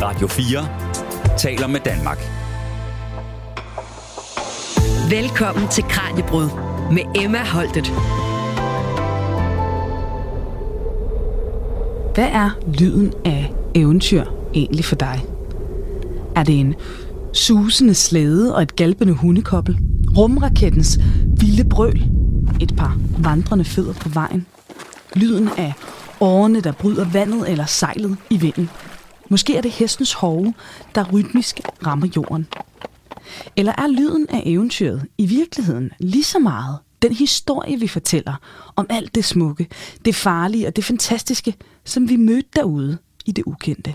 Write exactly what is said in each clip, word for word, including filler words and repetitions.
Radio fire taler med Danmark. Velkommen til Kraniebrud med Emma Holtet. Hvad er lyden af eventyr egentlig for dig? Er det en susende slæde og et galpende hundekobbel? Rumrakettens vilde brøl? Et par vandrende fødder på vejen? Lyden af årene, der bryder vandet eller sejlet i vinden? Måske er det hestens hove, der rytmisk rammer jorden. Eller er lyden af eventyret i virkeligheden lige så meget den historie, vi fortæller om alt det smukke, det farlige og det fantastiske, som vi mødte derude i det ukendte?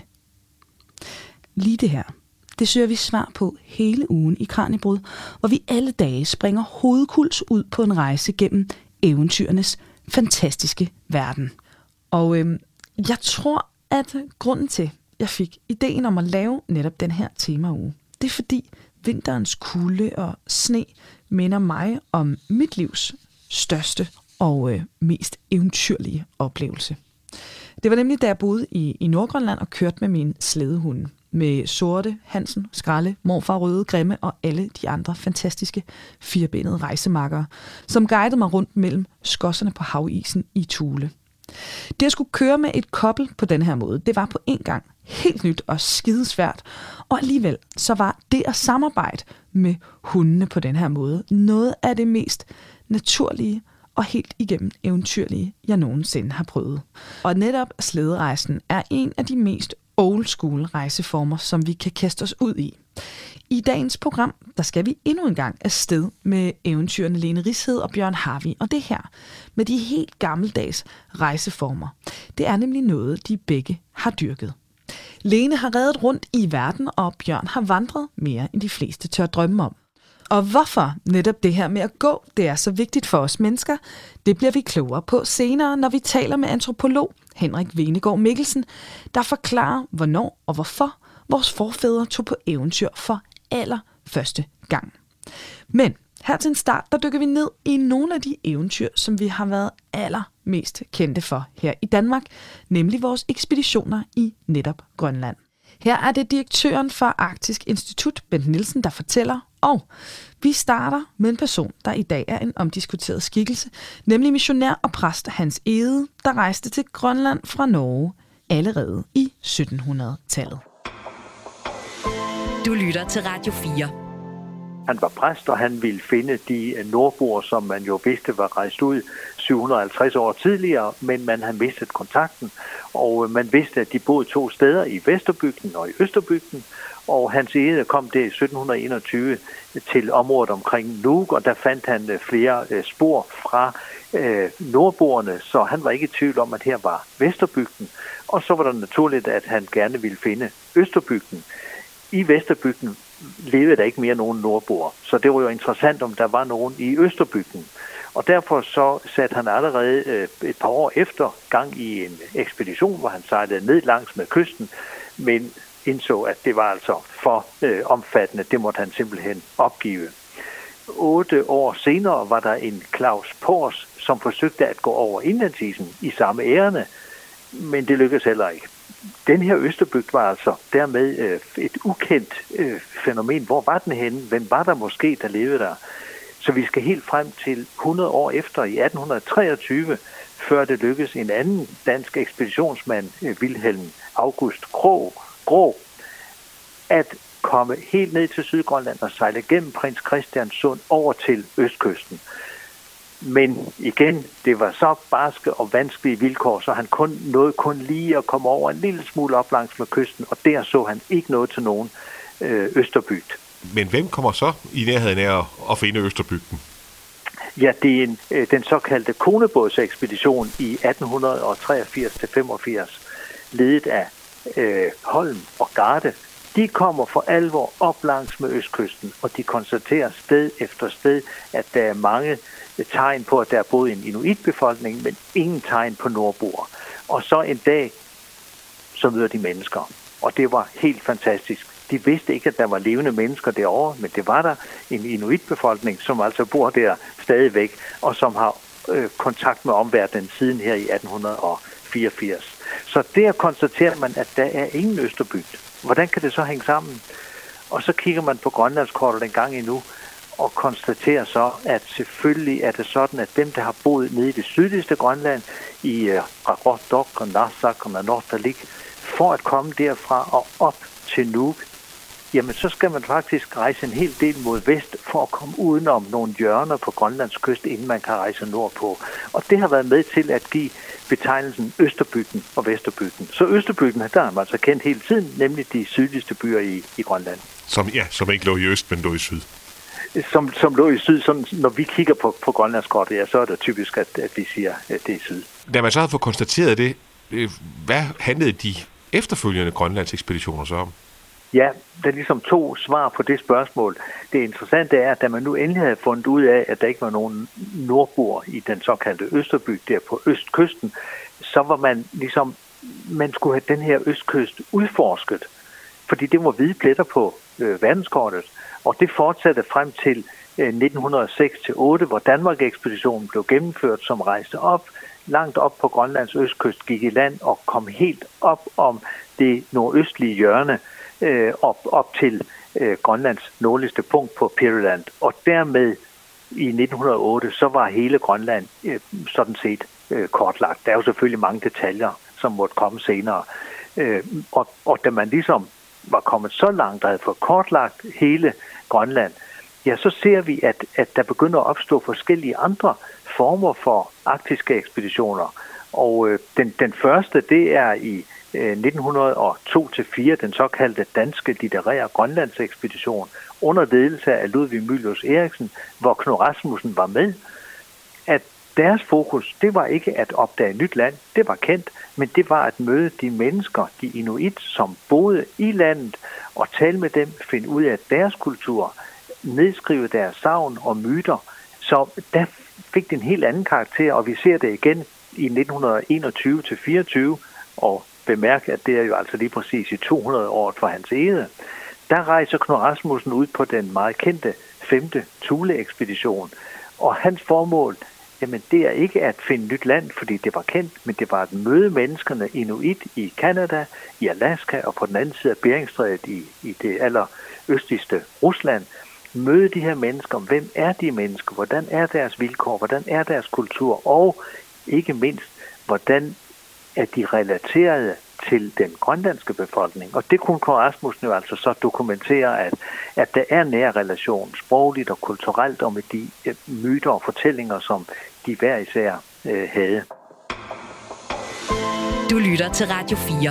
Lige det her, det søger vi svar på hele ugen i Kraniebrud, hvor vi alle dage springer hovedkuls ud på en rejse gennem eventyrenes fantastiske verden. Og øhm, jeg tror, at grunden til, jeg fik ideen om at lave netop den her temauge, det er fordi vinterens kulde og sne minder mig om mit livs største og øh, mest eventyrlige oplevelse. Det var nemlig, da jeg boede i, i Nordgrønland og kørte med min slædehunde. Med Sorte, Hansen, Skralle, Morfar Røde, Grimme og alle de andre fantastiske firebenede rejsemakkere, som guidede mig rundt mellem skodserne på havisen i Thule. Det at skulle køre med et kobbel på den her måde, det var på en gang helt nyt og skidesvært, og alligevel så var det at samarbejde med hundene på den her måde noget af det mest naturlige og helt igennem eventyrlige, jeg nogensinde har prøvet. Og netop slæderejsen er en af de mest old school rejseformer, som vi kan kaste os ud i. I dagens program, der skal vi endnu en gang afsted med eventyrene Lene Rished og Bjørn Harvig. Og det her, med de helt gammeldags rejseformer, det er nemlig noget, de begge har dyrket. Lene har reddet rundt i verden, og Bjørn har vandret mere, end de fleste tør drømme om. Og hvorfor netop det her med at gå, det er så vigtigt for os mennesker, det bliver vi klogere på senere, når vi taler med antropolog Henrik Venegård Mikkelsen, der forklarer, hvornår og hvorfor vores forfædre tog på eventyr for allerførste gang. Men her til en start, der dykker vi ned i nogle af de eventyr, som vi har været allermest kendte for her i Danmark, nemlig vores ekspeditioner i netop Grønland. Her er det direktøren for Arktisk Institut, Bent Nielsen, der fortæller, og vi starter med en person, der i dag er en omdiskuteret skikkelse, nemlig missionær og præst Hans Egede, der rejste til Grønland fra Norge allerede i syttenhundredetallet. Du lytter til Radio fire. Han var præst, og han ville finde de nordboer, som man jo vidste var rejst ud syv hundrede og halvtreds år tidligere, men man havde mistet kontakten, og man vidste, at de boede to steder, i Vesterbygden og i Østerbygden, og Hans Egede kom der i sytten enogtyve til området omkring Nuuk, og der fandt han flere spor fra øh, nordboerne, så han var ikke i tvivl om, at her var Vesterbygden, og så var det naturligt, at han gerne ville finde Østerbygden. I Vesterbygden levede der ikke mere nogen nordboer, så det var jo interessant, om der var nogen i Østerbygden. Og derfor så satte han allerede øh, et par år efter gang i en ekspedition, hvor han sejlede ned langs med kysten, men indså, at det var altså for øh, omfattende. Det måtte han simpelthen opgive. Otte år senere var der en Claus Pors, som forsøgte at gå over indlandsisen i samme ærende, men det lykkedes heller ikke. Den her Østerbygd var altså dermed øh, et ukendt øh, fænomen. Hvor var den henne? Hvem var der måske, der levede der? Så vi skal helt frem til hundrede år efter, i atten treogtyve, før det lykkedes en anden dansk ekspeditionsmand, øh, Wilhelm August Krog, Grå, at komme helt ned til Sydgrønland og sejle gennem Prins Christian Sund over til østkysten. Men igen, det var så barske og vanskelige vilkår, så han kun nåede kun lige at komme over en lille smule op langs med kysten, og der så han ikke noget til nogen øh, Østerbygd. Men hvem kommer så i nærheden af at finde Østerbygden? Ja, det er en, øh, den såkaldte Konebådsekspedition i atten treogfirs til femogfirs, ledet af øh, Holm og Garde. De kommer for alvor op langs med østkysten, og de konstaterer sted efter sted, at der er mange tegn på, at der er både en inuitbefolkning, men ingen tegn på nordboer. Og så en dag, så møder de mennesker, og det var helt fantastisk. De vidste ikke, at der var levende mennesker derovre, men det var der en inuitbefolkning, som altså bor der stadigvæk, og som har øh, kontakt med omverdenen siden her i atten fireogfirs. Så der konstaterer man, at der er ingen Østerbygd. Hvordan kan det så hænge sammen? Og så kigger man på Grønlandskortet en gang endnu, og konstaterer så, at selvfølgelig er det sådan, at dem, der har boet nede i det sydligste Grønland, i Qaqortoq og Narsaq og Nanortalik, for at komme derfra og op til Nuuk, jamen så skal man faktisk rejse en hel del mod vest for at komme udenom nogle hjørner på Grønlands kyst, inden man kan rejse nordpå. Og det har været med til at give betegnelsen Østerbygden og Vesterbygden. Så Østerbygden, der har man altså kendt hele tiden, nemlig de sydligste byer i, i Grønland. Som, ja, som ikke lå i øst, men lå i syd. Som, som lå i syd. Sådan, når vi kigger på, på Grønlandskortet, ja, så er det typisk, at, at vi siger, at det er syd. Da man så havde fået konstateret det, hvad handlede de efterfølgende Grønlands ekspeditioner så om? Ja, der er ligesom to svar på det spørgsmål. Det interessante er, at da man nu endelig havde fundet ud af, at der ikke var nogen nordboer i den såkaldte Østerbyg der på østkysten, så var man ligesom, man skulle have den her østkyst udforsket, fordi det var hvide pletter på øh, verdenskortet. Og det fortsatte frem til øh, nitten hundrede og seks til otte, hvor Danmark-ekspeditionen blev gennemført, som rejste op, langt op på Grønlands østkyst, gik i land og kom helt op om det nordøstlige hjørne, øh, op, op til øh, Grønlands nordligste punkt på Peary-land. Og dermed i nitten hundrede og otte, så var hele Grønland øh, sådan set øh, kortlagt. Der er jo selvfølgelig mange detaljer, som måtte komme senere. Øh, og, og da man ligesom var kommet så langt, der havde fået kortlagt hele Grønland, ja, så ser vi, at, at der begynder at opstå forskellige andre former for arktiske ekspeditioner. Og øh, den, den første, det er i øh, nitten hundrede og to til fire, den såkaldte danske litterære Grønlandsekspedition, under ledelse af Ludvig Mylius Eriksen, hvor Knud Rasmussen var med. At deres fokus, det var ikke at opdage nyt land, det var kendt, men det var at møde de mennesker, de inuit, som boede i landet, og tale med dem, finde ud af deres kultur, nedskrive deres sagn og myter. Så der fik det en helt anden karakter, og vi ser det igen i nitten enogtyve til fireogtyve, og bemærk, at det er jo altså lige præcis i to hundrede år for hans ede. Der rejser Knud Rasmussen ud på den meget kendte femte Thule-ekspedition, og hans formål, jamen det er ikke at finde nyt land, fordi det var kendt, men det var at møde menneskerne inuit i Kanada, i Alaska og på den anden side af Beringstrædet i, i det allerøstligste Rusland. Møde de her mennesker, hvem er de mennesker, hvordan er deres vilkår, hvordan er deres kultur, og ikke mindst, hvordan er de relateret til den grønlandske befolkning. Og det kunne Knud Rasmussen jo altså så dokumentere, at, at der er nær relation, sprogligt og kulturelt, og med de øh, myter og fortællinger, som de hver især øh, havde. Du lytter til Radio fire.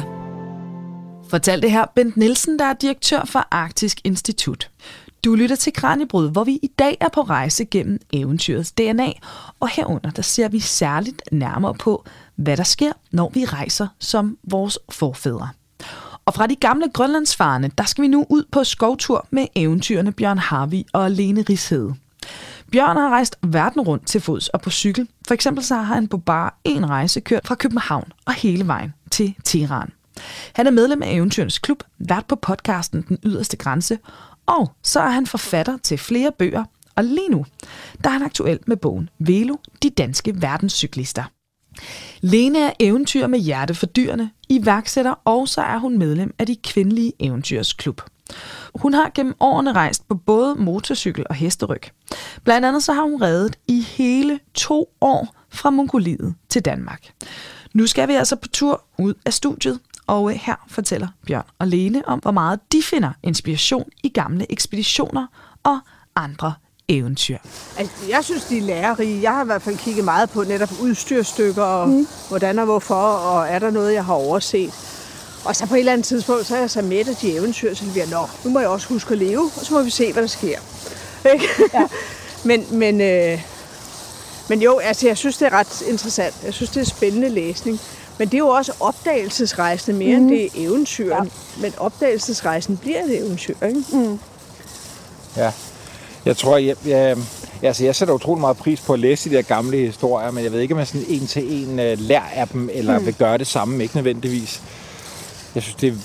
Fortalte her Bent Nielsen, der er direktør for Arktisk Institut. Du lytter til Kraniebrud, hvor vi i dag er på rejse gennem eventyrets D N A, og herunder der ser vi særligt nærmere på, hvad der sker, når vi rejser som vores forfædre. Og fra de gamle grønlandsfarne, der skal vi nu ud på skovtur med eventyrene Bjørn Harvig og Lene Rishede. Bjørn har rejst verden rundt til fods og på cykel. For eksempel så har han på bare en rejse kørt fra København og hele vejen til Teheran. Han er medlem af Eventyrens Klub, vært på podcasten Den Yderste Grænse, og så er han forfatter til flere bøger, og lige nu der er han aktuel med bogen Velo, de danske verdenscyklister. Lene er eventyr med hjerte for dyrene, iværksætter, og så er hun medlem af de kvindelige Eventyrs Klub. Hun har gennem årene rejst på både motorcykel og hesteryg. Blandt andet så har hun reddet i hele to år fra Mongoliet til Danmark. Nu skal vi altså på tur ud af studiet, og her fortæller Bjørn og Lene om, hvor meget de finder inspiration i gamle ekspeditioner og andre eventyr. Altså, jeg synes, de er lærerige. Jeg har i hvert fald kigget meget på netop udstyrstykker, og mm. hvordan og hvorfor, og er der noget, jeg har overset. Og så på et eller andet tidspunkt, så er jeg så med af de eventyr, så vi er, nå, nu må jeg også huske at leve, og så må vi se, hvad der sker. Ja. men, men, øh, men jo, altså, jeg synes, det er ret interessant. Jeg synes, det er spændende læsning. Men det er jo også opdagelsesrejsende mere, mm. end det er eventyr. Ja. Men opdagelsesrejsen bliver et eventyr, ikke? Mm. Ja. Jeg tror, jeg, jeg, altså jeg sætter utrolig meget pris på at læse de der gamle historier, men jeg ved ikke, om jeg sådan en til en uh, lærer af dem, eller mm. vil gøre det samme, ikke nødvendigvis. Jeg synes, det er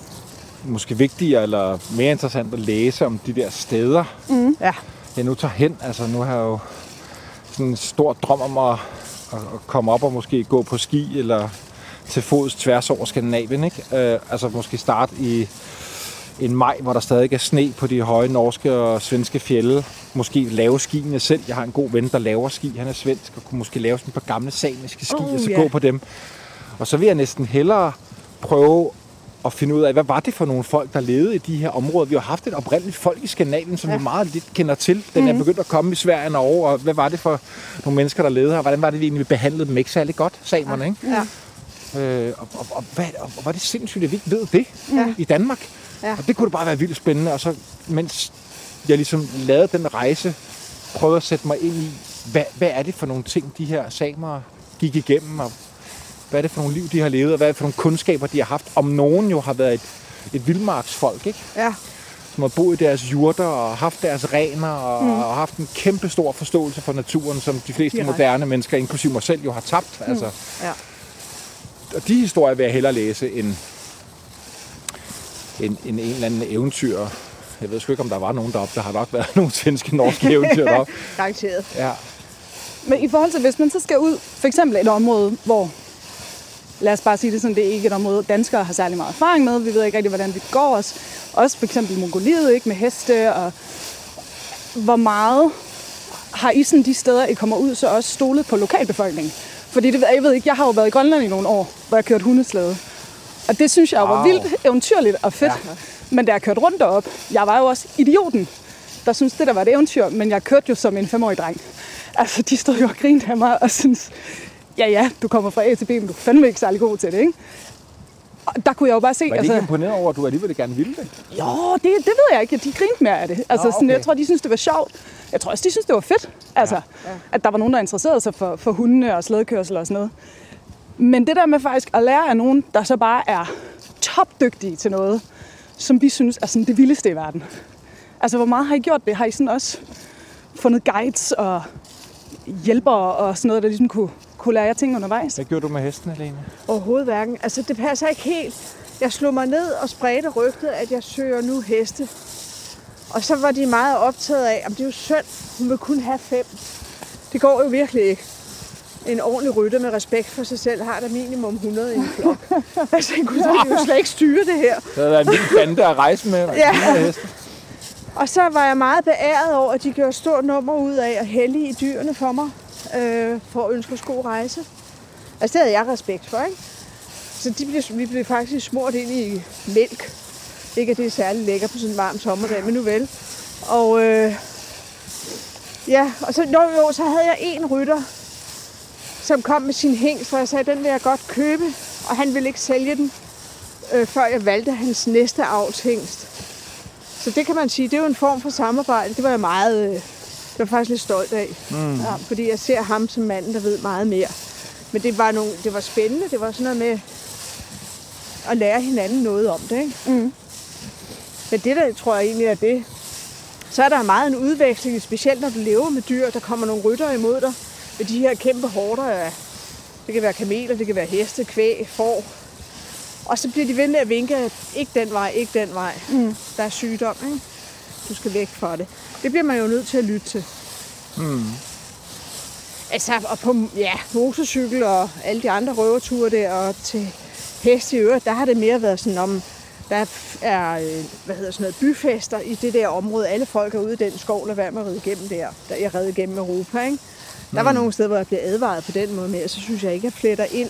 måske vigtigere eller mere interessant at læse om de der steder, mm. ja. jeg nu tager hen. Altså nu har jeg jo sådan en stor drøm om at, at komme op og måske gå på ski, eller til fods tværs over Skandinavien, ikke? Øh, altså måske starte i en maj, hvor der stadig er sne på de høje norske og svenske fjelde. Måske lave skiene selv. Jeg har en god ven, der laver ski. Han er svensk og kunne måske lave sådan et par gamle samiske ski, oh, og så yeah. gå på dem. Og så vil jeg næsten hellere prøve at finde ud af, hvad var det for nogle folk, der levede i de her områder. Vi har haft et oprindeligt folk i Skandinavien, som ja. vi meget lidt kender til. Den mm. er begyndt at komme i Sverige og Norge, og hvad var det for nogle mennesker, der levede her? Hvordan var det, vi egentlig behandlede dem ikke særlig godt, samerne, ikke? Ja. Øh, og, og, og, hvad, og, og var det sindssygt, at vi ikke ved det ja. i Danmark? Ja. Og det kunne da bare være vildt spændende. Og så, mens jeg ligesom lavede den rejse, prøvede at sætte mig ind i, hvad, hvad er det for nogle ting, de her samere gik igennem, og hvad er det for nogle liv, de har levet, og hvad er det for nogle kundskaber, de har haft. Om nogen jo har været et, et vildmarksfolk, ikke? Ja. Som har boet i deres jurter og haft deres rener og, mm. og haft en kæmpe stor forståelse for naturen, som de fleste Direkt. moderne mennesker, inklusive mig selv, jo har tabt. Mm. Altså. Ja. Og de historier vil jeg hellere læse end en, en, en eller anden eventyr. Jeg ved sgu ikke, om der var nogen deroppe. Der har nok været nogle svenske, norske eventyr deroppe. Garanteret. Ja. Men i forhold til, hvis man så skal ud, for eksempel et område, hvor, lad os bare sige det sådan, det er ikke et område, danskere har særlig meget erfaring med. Vi ved ikke rigtig, hvordan vi går os. Også for eksempel Mongoliet, ikke, med heste. Og hvor meget har I sådan de steder, I kommer ud, så også stolet på lokalbefolkningen? Fordi det, jeg ved ikke, jeg har jo været i Grønland i nogle år, hvor jeg kørte hundeslæde. Og det synes jeg var wow. vildt eventyrligt og fedt. Ja. Men da jeg kørte rundt derop, jeg var jo også idioten, der synes det der var et eventyr, men jeg kørte jo som en femårig dreng. Altså, de stod jo og grinede af mig og synes, ja ja, du kommer fra A til B, men du er fandme ikke særlig god til det, ikke? Og der kunne jeg jo bare se... Var de altså, ikke imponeret over, at du alligevel gerne ville det? Jo, det, det ved jeg ikke. De grinte mere af det. Altså, oh, okay. sådan, jeg tror, de synes det var sjovt. Jeg tror også, de synes det var fedt. Altså, ja. Ja. At der var nogen, der interesserede sig for, for hundene og slædekørsel og sådan noget. Men det der med faktisk at lære af nogen, der så bare er topdygtige til noget, som vi synes er sådan det vildeste i verden. Altså, hvor meget har I gjort det? Har I sådan også fundet guides og hjælpere og sådan noget, der ligesom kunne, kunne lære jer ting undervejs? Hvad gjorde du med hesten, Helene? Overhovedet hverken. Altså, det passer ikke helt. Jeg slog mig ned og spredte rygtet, at jeg søger nu heste. Og så var de meget optaget af, at det er jo synd, hun vil kun have fem. Det går jo virkelig ikke. En ordentlig rytter med respekt for sig selv har der minimum hundrede i en flok. Altså, jeg kunne jo slet ikke styre det her. Det havde været en vild bande at rejse med. Ja. Og så var jeg meget beæret over, at de gjorde stort nummer ud af at hellige dyrene for mig, øh, for at ønske os god rejse. Altså, det havde jeg respekt for, ikke? Så de blev, vi blev faktisk smurt ind i mælk. Ikke, at det er særlig lækker på sådan en varm sommerdag, men nu vel. Og øh, ja, og så, jo, jo, så havde jeg en rytter, som kom med sin hængst, og jeg sagde, den vil jeg godt købe, og han ville ikke sælge den, øh, før jeg valgte hans næste avlshængst. Så det kan man sige, det er jo en form for samarbejde. Det var jeg meget, øh, det var faktisk lidt stolt af, mm. ja, fordi jeg ser ham som manden, der ved meget mere. Men det var, nogle, det var spændende, det var sådan noget med at lære hinanden noget om det, ikke? Mm. Men det der, tror jeg egentlig er det. Så er der meget en udveksling, specielt når du lever med dyr, der kommer nogle ryttere imod dig, med de her kæmpe horder af, det kan være kameler, det kan være heste, kvæg, får. Og så bliver de ved med at vinke, at ikke den vej, ikke den vej. Mm. Der er sygdom, ikke? Du skal væk fra det. Det bliver man jo nødt til at lytte til. Mm. Altså, og på ja, motorcykel og alle de andre røverture der, og til hest i øvrigt, der har det mere været sådan om, der er, hvad hedder sådan noget, byfester i det der område. Alle folk er ude i den skov, lad være med at ride igennem der. Der er reddet igennem Europa, ikke? Der var mm. nogle steder, hvor jeg blev advaret på den måde med, og så synes jeg ikke, at jeg fletter ind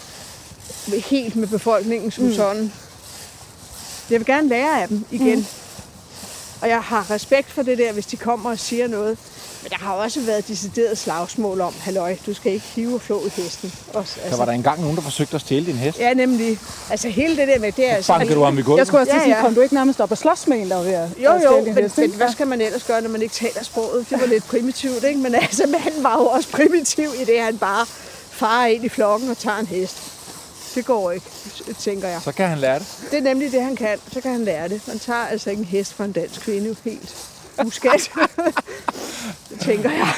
helt med befolkningen som mm. sådan. Jeg vil gerne lære af dem igen. Mm. Og jeg har respekt for det der, hvis de kommer og siger noget. Men der har også været decideret slagsmål om, halløj, du skal ikke hive og flå i hesten. Også, altså. Så var der engang nogen, der forsøgte at stjæle din hest? Ja, nemlig. Altså hele det der med, det er... Altså, banker du ham i gulvet? Jeg skulle også ja, sige, ja. Kom du ikke nærmest op og slås med en, der var ved at Jo, jo, men, hest, men hvad skal man ellers gøre, når man ikke taler sproget? Det var lidt primitivt, ikke? Men altså, manden var jo også primitiv i det, han bare farer ind i flokken og tager en hest. Det går ikke, tænker jeg. Så kan han lære det? Det er nemlig det, han kan. Så kan han lære det. Man tager altså ikke en hest fra en dansk kvinde helt uskat. Det tænker jeg.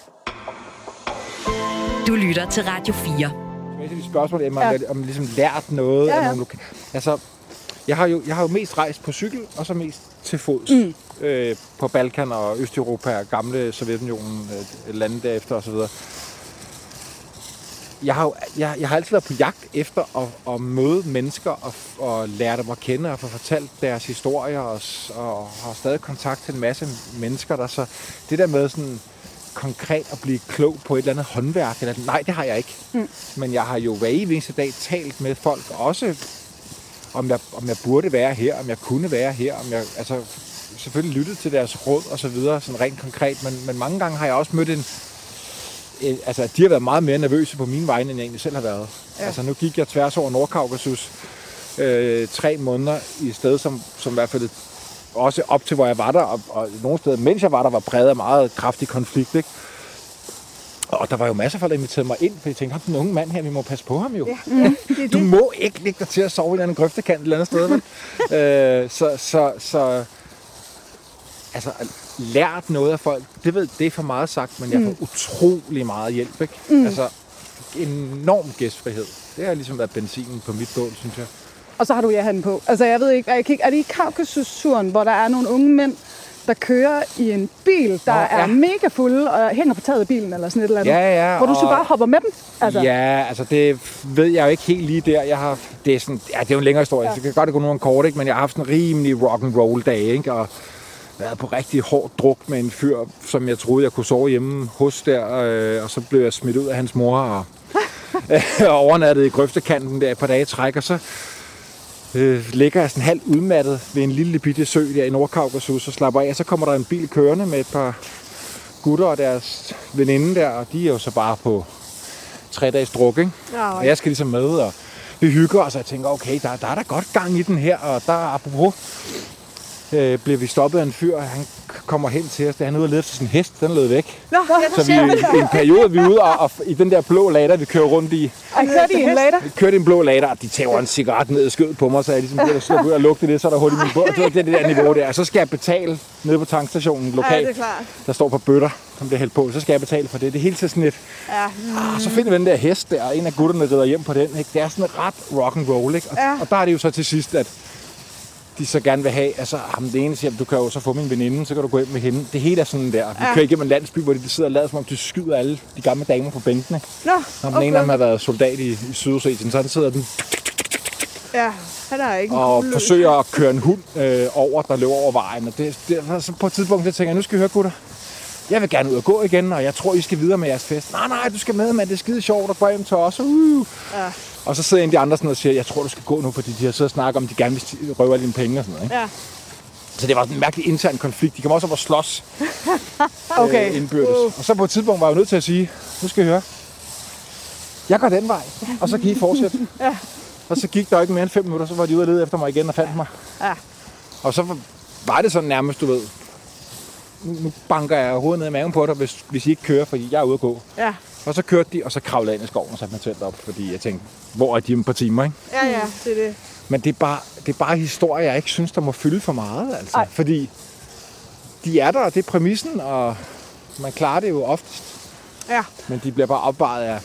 Du lytter til Radio fire. Et spørgsmål er, om, ja. om ligesom lært noget. Ja, ja. Af nogle loka- altså, jeg har, jo, jeg har jo mest rejst på cykel, og så mest til fods. Mm. Øh, på Balkan og Østeuropa og gamle Sovjetunionen, øh, lande derefter osv. jeg har, jeg, jeg har altid været på jagt efter at, at møde mennesker og, og lære dem at kende og få fortalt deres historier og, og har stadig kontakt til en masse mennesker der. Så det der med sådan konkret at blive klog på et eller andet håndværk, eller, nej, det har jeg ikke. Mm. Men jeg har jo hver eneste dag talt med folk, også om jeg, om jeg burde være her, om jeg kunne være her, om jeg altså selvfølgelig lyttet til deres råd og så videre, sådan rent konkret. Men, men mange gange har jeg også mødt en altså, de har været meget mere nervøse på mine vegne, end jeg egentlig selv har været. Ja. Altså, nu gik jeg tværs over Nordkaukasus øh, tre måneder i et sted, som, som i hvert fald også op til, hvor jeg var der, og, og nogle steder, mens jeg var der, var præget af meget kraftig konflikt, ikke? Og der var jo masser af folk, der inviterede mig ind, for jeg tænkte, ham den unge mand her, vi må passe på ham jo. Ja, mm. Du må ikke ligge dig til at sove i en eller anden grøftekant et eller andet sted, vel? øh, så, så, så altså, lært noget af folk, det ved, det er for meget sagt, men jeg får mm. utrolig meget hjælp, ikke? Mm. Altså, enorm gæstfrihed. Det har ligesom været benzinen på mit bål, synes jeg. Og så har du ja-hatten på. Altså, jeg ved ikke, jeg kigger, er det i Kaukasus-turen, hvor der er nogle unge mænd, der kører i en bil, der Nå, ja. er mega fulde og hænger på taget af bilen eller sådan et eller andet. Ja, ja. Hvor du så bare hopper med dem? Altså. Ja, altså det ved jeg jo ikke helt lige der. Jeg har, det er sådan, ja, det er jo en længere historie, ja. Så det kan godt det gå nogen kort, ikke? Men jeg har haft en rimelig rock and roll dag, ikke? Og været på rigtig hård druk med en fyr, som jeg troede, jeg kunne sove hjemme hos der, øh, og så blev jeg smidt ud af hans mor og øh, overnattet i grøftekanten der et par dage træk, og så øh, ligger jeg sådan halvt udmattet ved en lille bitte sø der i Nordkaukasus og slapper af, og så kommer der en bil kørende med et par gutter og deres veninde der, og de er jo så bare på tre dages druk, ikke? Ja, og jeg skal ligesom med, og vi hygger os, og jeg tænker, okay, der, der er der godt gang i den her, og der apropos øh, bliver vi stoppet af en fyr, og han kommer hen til os, da han er ude og lede efter sin hest, den lød væk. Nå, så vi i en periode, vi er ude og, og i den der blå lader, vi kører rundt i. Og kørte i en lader? Vi kørte i en blå lader, og de tager en cigaret ned i skødet på mig, så jeg ligesom bliver der ud og lugte det, så er der hul i min båd. Så det er det der niveau der. Og så skal jeg betale nede på tankstationen lokalt. Ja, der står på bøtter, som bliver hældt på. Så skal jeg betale for det. Det er helt sådan lidt. Ja. Ah, så finder vi den der hest der, og en af gutterne rider hjem på den. Ikke? Det er sådan ret rock and roll, ikke? Og, ja. og der er det jo så til sidst, at de så gerne vil have, altså ham det ene siger, du kan jo så få min veninde, så kan du gå hjem med hende. Det hele er sådan der. Vi ja. kører igennem en landsby, hvor de sidder og lader, som om de skyder alle de gamle damer på bænkene. Nå, okay. Den ene af dem har været soldat i, i Sydossetien, så sidder den ja, han er ikke og forsøger at køre en hund øh, over, der løber over vejen. Og det, det, så på et tidspunkt så tænker jeg, nu skal vi høre, gutter. Jeg vil gerne ud og gå igen, og jeg tror, I skal videre med jeres fest. Nej, nej, du skal med, men det er skide sjovt at gå hjem til os. Uh. Ja. Og så sidder en af de andre sådan og siger, jeg tror, du skal gå nu, fordi de har siddet og snakket om, de gerne vil røve alle dine penge og sådan noget. Ikke? Ja. Så det var sådan en mærkelig intern konflikt. De kom også op og slås okay. øh, indbyrdes. Uh. Og så på et tidspunkt var jeg nødt til at sige, nu skal I høre, jeg går den vej, og så kan I fortsætte. Ja. Og så gik der ikke mere end fem minutter, så var de ude og lede efter mig igen og fandt mig. Ja. Og så var det sådan nærmest, du ved, nu banker jeg hovedet ned i maven på dig, hvis, hvis I ikke kører, fordi jeg er ude at gå. Ja. Og så kørte de, og så kravlede jeg ind i skoven og satte mig telt op, fordi jeg tænkte, hvor er de om på timer, ikke? Ja, ja, det er det. Men det er bare, det er bare historier, jeg ikke synes, der må fylde for meget, altså. Ej. Fordi de er der, og det er præmissen, og man klarer det jo oftest. Ja. Men de bliver bare opvejet af,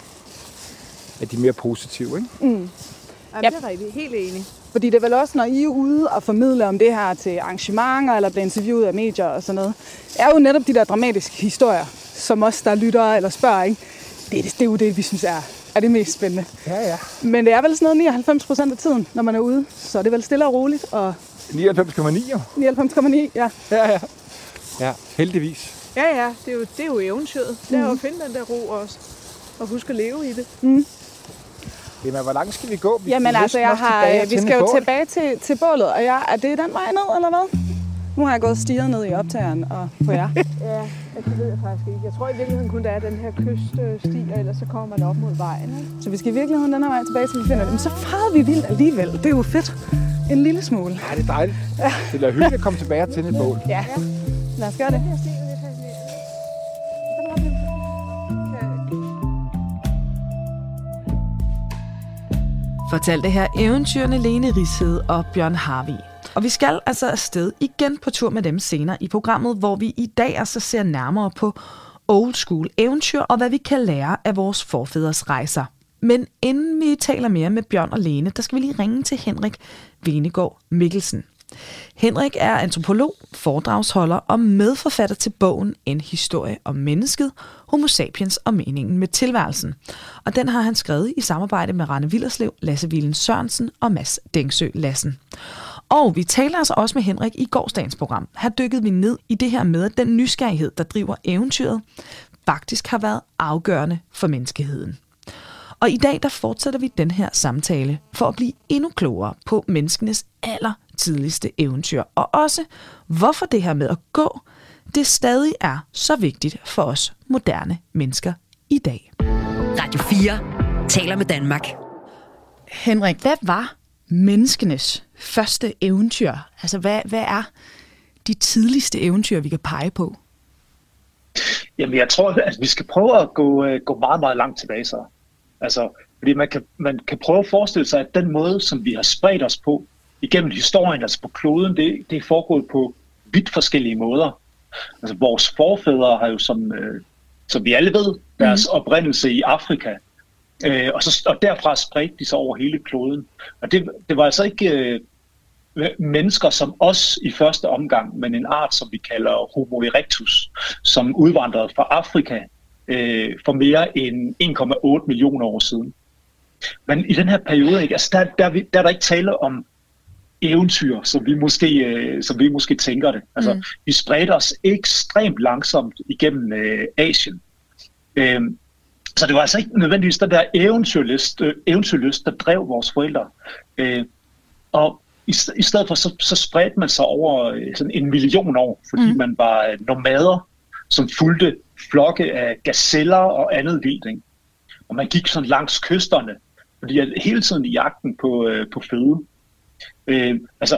af de mere positive, ikke? Mm. Ja, det er rigtigt. Helt enig. Fordi det er vel også, når I er ude og formidle om det her til arrangementer, eller bliver interviewet af medier og sådan noget, er jo netop de der dramatiske historier, som os, der lytter eller spørger, ikke? Det, det, det er jo det, vi synes er, er det mest spændende. Ja, ja. Men det er vel sådan noget nioghalvfems procent af tiden, når man er ude, så er det vel stille og roligt. Og nioghalvfems komma ni jo. nioghalvfems komma ni, ja. Ja, ja. Ja, heldigvis. Ja, ja, det er jo, det er jo eventyret. Det er jo at finde den der ro også, og huske at leve i det. Mm. Jamen, hvor langt skal vi gå? Vi Jamen altså, jeg har, vi skal jo bål. tilbage til, til bålet, og jeg, er det den vej ned, eller hvad? Nu har jeg gået og stirret ned i optageren og på jer. Ja, det ved jeg faktisk ikke. Jeg tror i virkeligheden kun, der er den her kyststi, og ellers så kommer man op mod vejen. Ikke? Så vi skal i virkeligheden den her vej tilbage, så vi finder det. Men så farede vi vildt alligevel. Det er jo fedt. En lille smule. Ja, det er dejligt. Ja. Det er hyggeligt at komme tilbage og tænde et bål. Ja, lad os gøre det. Fortalte her eventyrene Lene Riishede og Bjørn Harvig. Og vi skal altså afsted igen på tur med dem senere i programmet, hvor vi i dag altså ser nærmere på old school eventyr og hvad vi kan lære af vores forfædres rejser. Men inden vi taler mere med Bjørn og Lene, der skal vi lige ringe til Henrik Venegård Mikkelsen. Henrik er antropolog, foredragsholder og medforfatter til bogen En historie om mennesket, Homo sapiens og meningen med tilværelsen. Og den har han skrevet i samarbejde med Rane Willerslev, Lasse Wielen Sørensen og Mads Dengsø Lassen. Og vi taler altså også med Henrik i gårsdagens program. Her dykkede vi ned i det her med, at den nysgerrighed, der driver eventyret, faktisk har været afgørende for menneskeheden. Og i dag der fortsætter vi den her samtale for at blive endnu klogere på menneskenes allertidligste eventyr. Og også hvorfor det her med at gå, det stadig er så vigtigt for os moderne mennesker i dag. Radio fire taler med Danmark. Henrik, hvad var menneskenes første eventyr? Altså, hvad, hvad er de tidligste eventyr, vi kan pege på? Jamen, jeg tror, at vi skal prøve at gå, gå meget, meget langt tilbage så. Altså, fordi man kan, man kan prøve at forestille sig, at den måde, som vi har spredt os på igennem historien, altså på kloden, det, det er foregået på vidt forskellige måder. Altså, vores forfædre har jo, som, øh, som vi alle ved, deres mm. oprindelse i Afrika. Øh, og, så, og derfra spredte de sig over hele kloden. Og det, det var altså ikke øh, mennesker som os i første omgang, men en art, som vi kalder Homo erectus, som udvandrede fra Afrika øh, for mere end en komma otte millioner år siden. Men i den her periode, ikke, altså der, der, der, der er der ikke tale om eventyr, som vi måske, øh, som vi måske tænker det. Altså, mm. vi spredte os ekstremt langsomt igennem øh, Asien. Øh, Så det var altså ikke nødvendigvis den der eventyrlyst, øh, eventyrlyst der drev vores forældre. Øh, og i, i stedet for, så, så spredte man sig over øh, sådan en million år, fordi mm. man var øh, nomader, som fulgte flokke af gazeller og andet vildt. Ikke? Og man gik sådan langs kysterne, fordi at hele tiden i jagten på, øh, på føde. Øh, altså,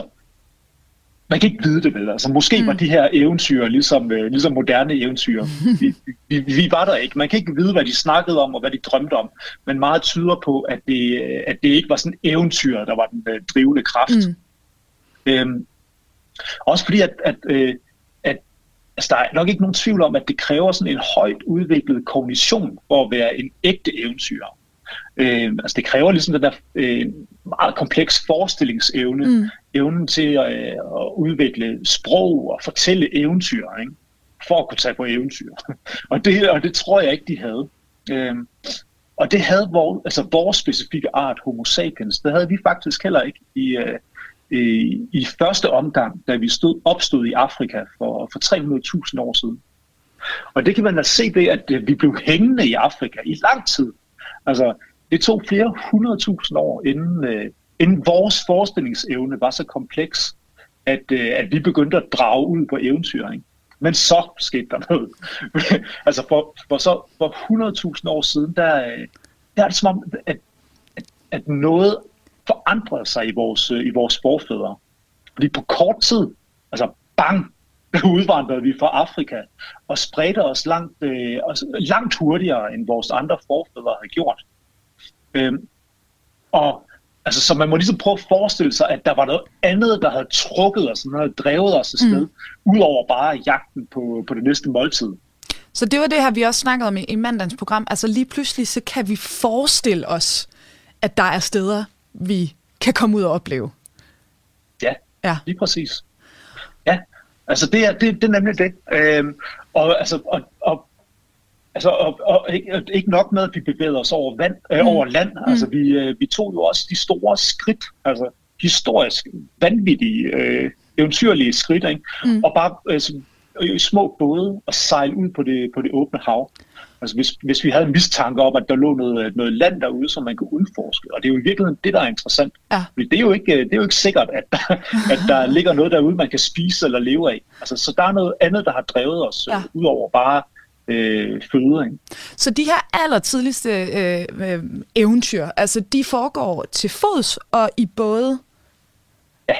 man kan ikke vide det vel. Altså, måske mm. var de her eventyr ligesom, øh, ligesom moderne eventyr. Vi, vi, vi var der ikke. Man kan ikke vide, hvad de snakkede om og hvad de drømte om. Men meget tyder på, at det, at det ikke var sådan eventyr, der var den øh, drivende kraft. Mm. Øhm, også fordi, at, at, øh, at altså, der er nok ikke nogen tvivl om, at det kræver sådan en højt udviklet kognition for at være en ægte eventyr. Øh, altså det kræver ligesom den der øh, meget kompleks forestillingsevne, mm. evnen til øh, at udvikle sprog og fortælle eventyr, ikke? For at kunne tage på eventyr. og, det, og det tror jeg ikke, de havde. Øh, og det havde vores, altså vores specifikke art, Homo sapiens, det havde vi faktisk heller ikke i, øh, i, i første omgang, da vi stod, opstod i Afrika for, for tre hundrede tusind år siden. Og det kan man da se ved, at øh, vi blev hængende i Afrika i lang tid. Altså, det tog flere hundredtusind år, inden, øh, inden vores forestillingsevne var så kompleks, at, øh, at vi begyndte at drage ud på eventyr. Ikke? Men så skete der noget. altså, for, for, så, for hundredtusind år siden, der, der er det som om, at, at, at noget forandrede sig i vores, i vores forfædre. Fordi på kort tid, altså bang, udvandrede vi fra Afrika og spredte os langt, øh, langt hurtigere, end vores andre forfædre havde gjort. Øhm, og altså, så man må ligesom prøve at forestille sig, at der var noget andet, der havde trukket os, der havde drevet os afsted, mm. udover bare jagten på, på det næste måltid. Så det var det her, vi også snakkede om i, i mandagens program. Altså lige pludselig, så kan vi forestille os, at der er steder, vi kan komme ud og opleve. Ja, ja. Lige præcis. Ja, altså det er, det, det er nemlig det. Øhm, og altså... Og, og, Altså, og, og, ikke, ikke nok med, at vi bevægede os over, vand, øh, over land. Mm. Altså, vi, øh, vi tog jo også de store skridt, altså historisk vanvittige, øh, eventyrlige skridt, ikke? Mm. Og bare altså, i små både og sejle ud på det, på det åbne hav. Altså, hvis, hvis vi havde en mistanke om, at der lå noget, noget land derude, som man kunne udforske. Og det er jo i virkeligheden det, der er interessant. Ja. Fordi det er jo ikke, det er jo ikke sikkert, at der, at der ligger noget derude, man kan spise eller leve af. Altså, så der er noget andet, der har drevet os, ja. øh, ud over bare Øh, føde, ikke? Så de her allertidligste øh, øh, eventyr, altså de foregår til fods og i både? Ja.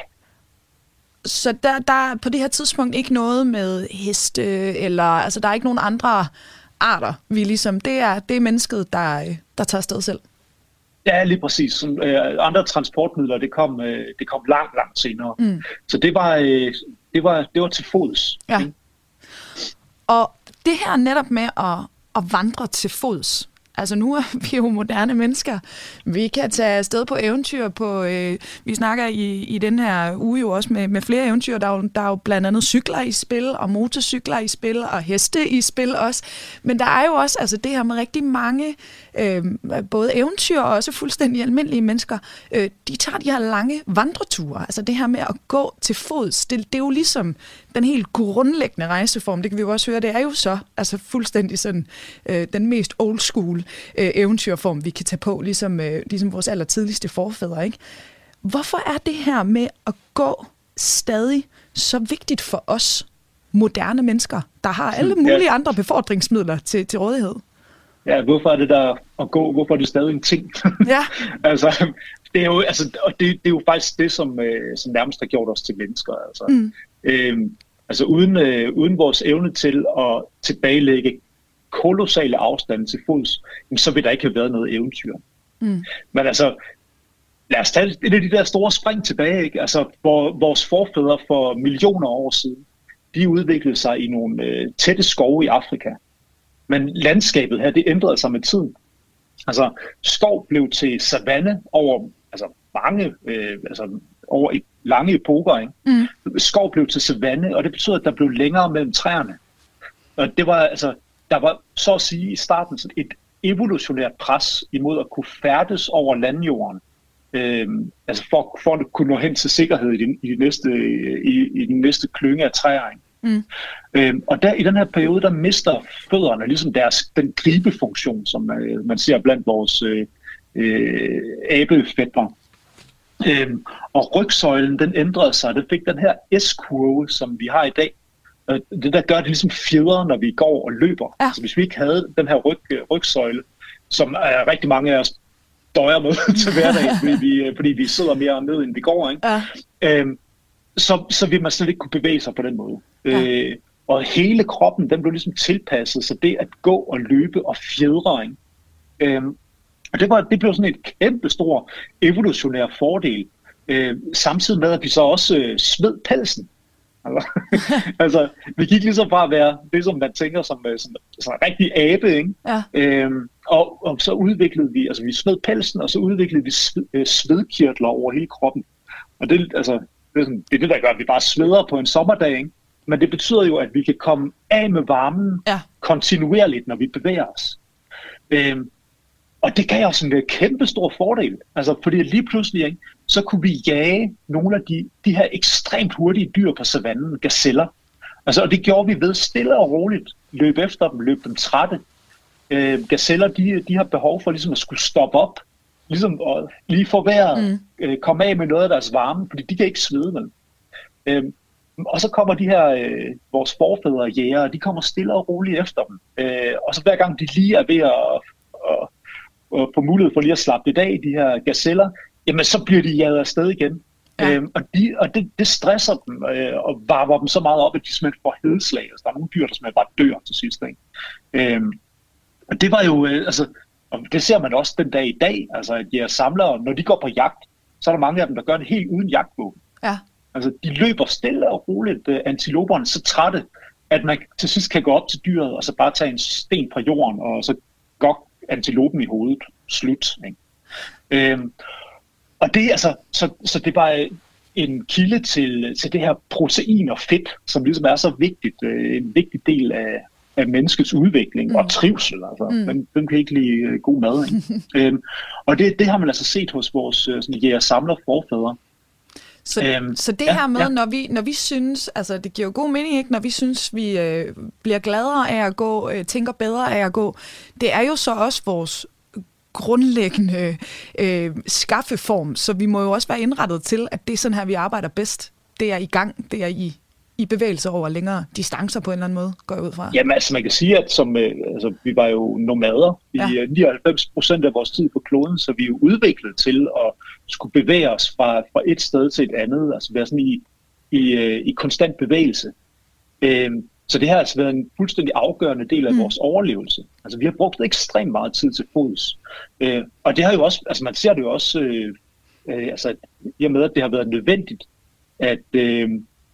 Så der, der er på det her tidspunkt ikke noget med heste, eller altså der er ikke nogen andre arter, vi ligesom, det er, det er mennesket, der, der tager afsted selv? Ja, lige præcis. Som, øh, andre transportmidler, det kom, øh, det kom langt, langt senere. Mm. Så det var, øh, det var, det var til fods. Ja. Og det her netop med at, at vandre til fods, Altså nu er vi jo moderne mennesker. Vi kan tage afsted på eventyr på, øh, vi snakker i, i den her uge jo også med, med flere eventyr. Der er, jo, der er jo blandt andet cykler i spil, og motorcykler i spil, og heste i spil også. Men der er jo også altså det her med rigtig mange, øh, både eventyr og også fuldstændig almindelige mennesker, øh, de tager de her lange vandreture. Altså det her med at gå til fods, det, det er jo ligesom den helt grundlæggende rejseform. Det kan vi jo også høre, det er jo så altså fuldstændig sådan øh, den mest old school øh, eventyrform, vi kan tage på, ligesom, øh, ligesom vores allertidligste forfædre, ikke? Hvorfor er det her med at gå stadig så vigtigt for os moderne mennesker, der har alle mulige ja. andre befordringsmidler til, til rådighed? Ja, hvorfor er det der at gå? Hvorfor er det stadig en ting? Ja. altså, det er jo, altså, og det, det er jo faktisk det, som, øh, som nærmest har gjort os til mennesker. Altså, mm. øhm, altså uden, øh, uden vores evne til at tilbagelægge kolossale afstande til fods, så vil der ikke have været noget eventyr. Mm. Men altså, lad os tage et af de der store spring tilbage, ikke? Altså, hvor vores forfædre for millioner år siden, de udviklede sig i nogle øh, tætte skove i Afrika. Men landskabet her, det ændrede sig med tiden. Altså, skov blev til savanne over altså, mange, øh, altså over lange epoker, ikke? Mm. Skov blev til savanne, og det betyder, at der blev længere mellem træerne. Og det var altså, der var så at sige i starten et evolutionært pres imod at kunne færdes over landjorden, øh, altså for, for at kunne nå hen til sikkerhed i den, i de næste, i, i den næste klynge af træer. Mm. Øhm, og der, i den her periode, der mister fødderne ligesom deres, den gribefunktion, som øh, man ser blandt vores øh, øh, abefætter. Øhm, og rygsøjlen, den ændrede sig. Det fik den her S-kurve, som vi har i dag. Øh, det der gør det ligesom fjeder, når vi går og løber. Ja. Altså hvis vi ikke havde den her ryg, rygsøjle, som er rigtig mange af os døjer med til hverdag, fordi, vi, fordi vi sidder mere ned, end vi går, ikke? Ja. Øhm, Så, så vil man slet ikke kunne bevæge sig på den måde. Ja. Øh, og hele kroppen, den blev ligesom tilpasset, så det at gå og løbe og fjedre, ikke? Øhm, og det, var, det blev sådan et kæmpe stor evolutionær fordel, øh, samtidig med, at vi så også øh, sved pelsen. Altså, altså, vi gik ligesom fra at være det, som man tænker som sådan, sådan en rigtig abe, ikke? Ja. Øhm, og, og så udviklede vi, altså vi sved pelsen, og så udviklede vi sved, øh, svedkirtler over hele kroppen. Og det, altså, Det er, sådan, det er det, der gør, at vi bare sveder på en sommerdag, ikke? Men det betyder jo, at vi kan komme af med varmen ja. kontinuerligt, når vi bevæger os. Øhm, og det gav os en kæmpe stor fordel. Altså, fordi lige pludselig, ikke, så kunne vi jage nogle af de, de her ekstremt hurtige dyr på savannen, gazeller. Altså, og det gjorde vi ved stille og roligt. Løb efter dem, løb dem trætte. Øh, gazeller, de, de har behov for ligesom at skulle stoppe op. Ligesom at lige få vejret, mm. øh, komme af med noget af deres varme, fordi de kan ikke svede med. Øhm, og så kommer de her, øh, vores forfædre jæger, de kommer stille og roligt efter dem. Øh, og så hver gang de lige er ved at, at, at, at få mulighed for lige at slappe lidt af, de her gazeller, jamen så bliver de jaget afsted igen. Ja. Øhm, og de, og det, det stresser dem øh, og varmer dem så meget op, at de simpelthen får hedeslag. Altså, der er nogle dyr, der simpelthen bare dør til sidst. Ikke? Øhm, og det var jo, øh, altså, og det ser man også den dag i dag, altså at de samlere, når de går på jagt, så er der mange af dem, der gør det helt uden jagtvåben. Ja. Altså de løber stille og roligt, uh, antiloperne så trætte, at man til sidst kan gå op til dyret, og så bare tage en sten fra jorden, og så gå antilopen i hovedet. Slut. Ikke? Øhm, og det, altså, så, så det var en kilde til, til det her protein og fedt, som ligesom er så vigtigt, uh, en vigtig del af af menneskets udvikling mm. og trivsel. Altså. Mm. Den, den kan ikke lide uh, god mad. Ikke? øhm, og det, det har man altså set hos vores uh, jæger-samler forfædre. Så, øhm, så det ja, her med, ja. når, vi, når vi synes, altså det giver jo god mening, ikke? Når vi synes, vi øh, bliver gladere af at gå, øh, tænker bedre af at gå, det er jo så også vores grundlæggende øh, skaffeform, så vi må jo også være indrettet til, at det er sådan her, vi arbejder bedst. Det er i gang, det er i i bevægelser over længere distancer på en eller anden måde, går jeg ud fra? Jamen altså, man kan sige, at som, øh, altså, vi var jo nomader i ja. nioghalvfems procent af vores tid på kloden, så vi er jo udviklet til at skulle bevæge os fra, fra et sted til et andet, altså være sådan i, i, øh, i konstant bevægelse. Øh, så det har altså været en fuldstændig afgørende del af mm. vores overlevelse. Altså, vi har brugt ekstremt meget tid til fods. Øh, og det har jo også, altså man ser det jo også, øh, øh, altså, i og med, at det har været nødvendigt, at øh,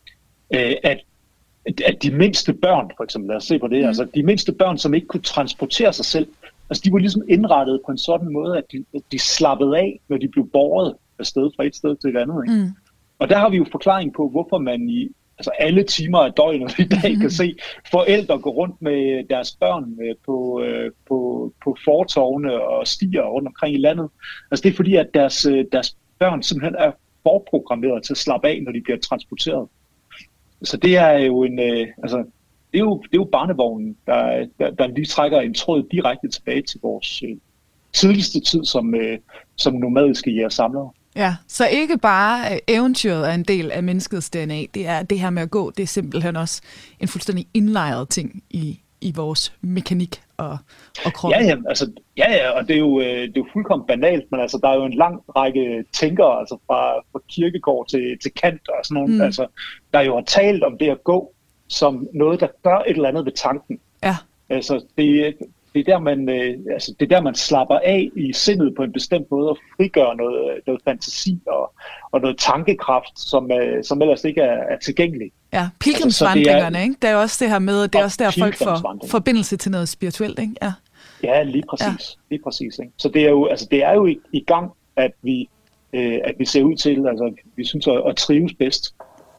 At, at de mindste børn, for eksempel, lad os se på det, mm. altså de mindste børn, som ikke kunne transportere sig selv, Altså, de var ligesom indrettet på en sådan måde, at de, at de slappede af, når de blev båret afsted fra et sted til et andet. Ikke? Mm. Og der har vi jo forklaring på, hvorfor man i altså alle timer af døgnet i dag kan se forældre gå rundt med deres børn på, på, på fortovene og stier rundt omkring i landet. Altså det er fordi, at deres, deres børn simpelthen er forprogrammeret til at slappe af, når de bliver transporteret. Så det er jo en, altså det er jo, det er jo barnevognen, der, der, der lige trækker en tråd direkte tilbage til vores tidligste tid som, som nomadiske jægersamlere. Ja, så ikke bare eventyret er en del af menneskets D N A, det er det her med at gå, det er simpelthen også en fuldstændig indlejret ting i, i vores mekanik og, og krop. Ja, ja, altså, ja, ja, og det er, jo, det er jo fuldkommen banalt, men altså, der er jo en lang række tænkere, altså fra, fra Kierkegaard til, til Kant og sådan nogle, mm. altså, der jo har talt om det at gå som noget, der gør et eller andet ved tanken. Ja. Altså, det, det, er der, man, øh, altså, det er der, man slapper af i sindet på en bestemt måde og frigør noget, noget fantasi og, og noget tankekraft, som, øh, som ellers ikke er, er tilgængelig. Ja, pilgrimsvandringerne, altså, ikke? Det er jo også det her med, det er også der, folk får forbindelse til noget spirituelt, ikke? Ja, ja lige præcis. Ja. Lige præcis, ikke? Så det er jo, altså, det er jo i, i gang, at vi, øh, at vi ser ud til, altså, vi synes at, at trives bedst.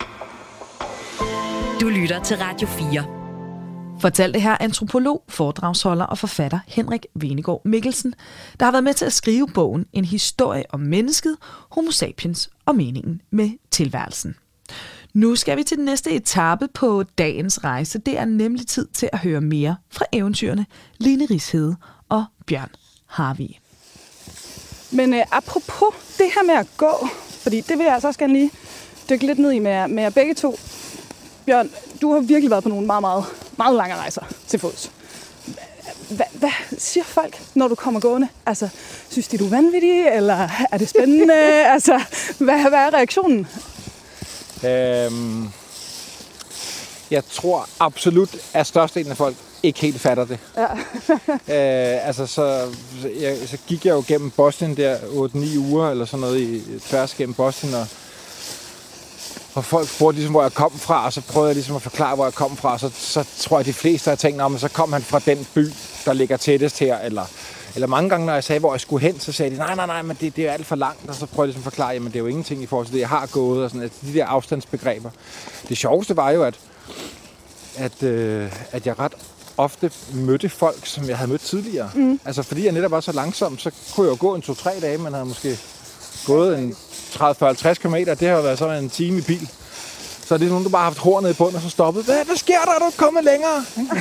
Du lytter til Radio fire. Fortalte her antropolog, foredragsholder og forfatter Henrik Venegård Mikkelsen, der har været med til at skrive bogen En historie om mennesket, Homo sapiens og meningen med tilværelsen. Nu skal vi til den næste etape på dagens rejse. Det er nemlig tid til at høre mere fra eventyrene Line Rishede og Bjørn Harvig. Men øh, apropos det her med at gå, fordi det vil jeg altså også gerne lige dykke lidt ned i med, med jer begge to. Bjørn, du har virkelig været på nogle meget, meget, meget lange rejser til fods. Hvad, hvad siger folk, når du kommer gående? Altså, synes de, du er vanvittig, eller er det spændende? altså, hvad, hvad er reaktionen? Øhm, jeg tror absolut, at størstedelen af folk ikke helt fatter det. Ja. øh, altså, så, jeg, så gik jeg jo gennem Bosnien der otte ni uger, eller sådan noget, i, tværs gennem Bosnien, og Og folk spurgte ligesom, hvor jeg kom fra, og så prøvede jeg ligesom at forklare, hvor jeg kom fra. Så, så tror jeg, at de fleste har tænkt, at så kom han fra den by, der ligger tættest her. Eller, eller mange gange, når jeg sagde, hvor jeg skulle hen, så sagde de, nej, nej, nej, men det, det er alt for langt. Og så prøvede jeg ligesom at forklare, at det er jo ingenting i forhold til det, jeg har gået. Og sådan, altså, de der afstandsbegreber. Det sjoveste var jo, at, at, øh, at jeg ret ofte mødte folk, som jeg havde mødt tidligere. Mm. Altså fordi jeg netop var så langsom, så kunne jeg jo gå en to-tre dage, man havde måske gået en tredive fyrre halvtreds kilometer, det har jo været sådan en time i bil. Så er det nogen, der bare har haft hornet i bunden og så stoppet. Hvad, hvad sker der? Er du kommet længere?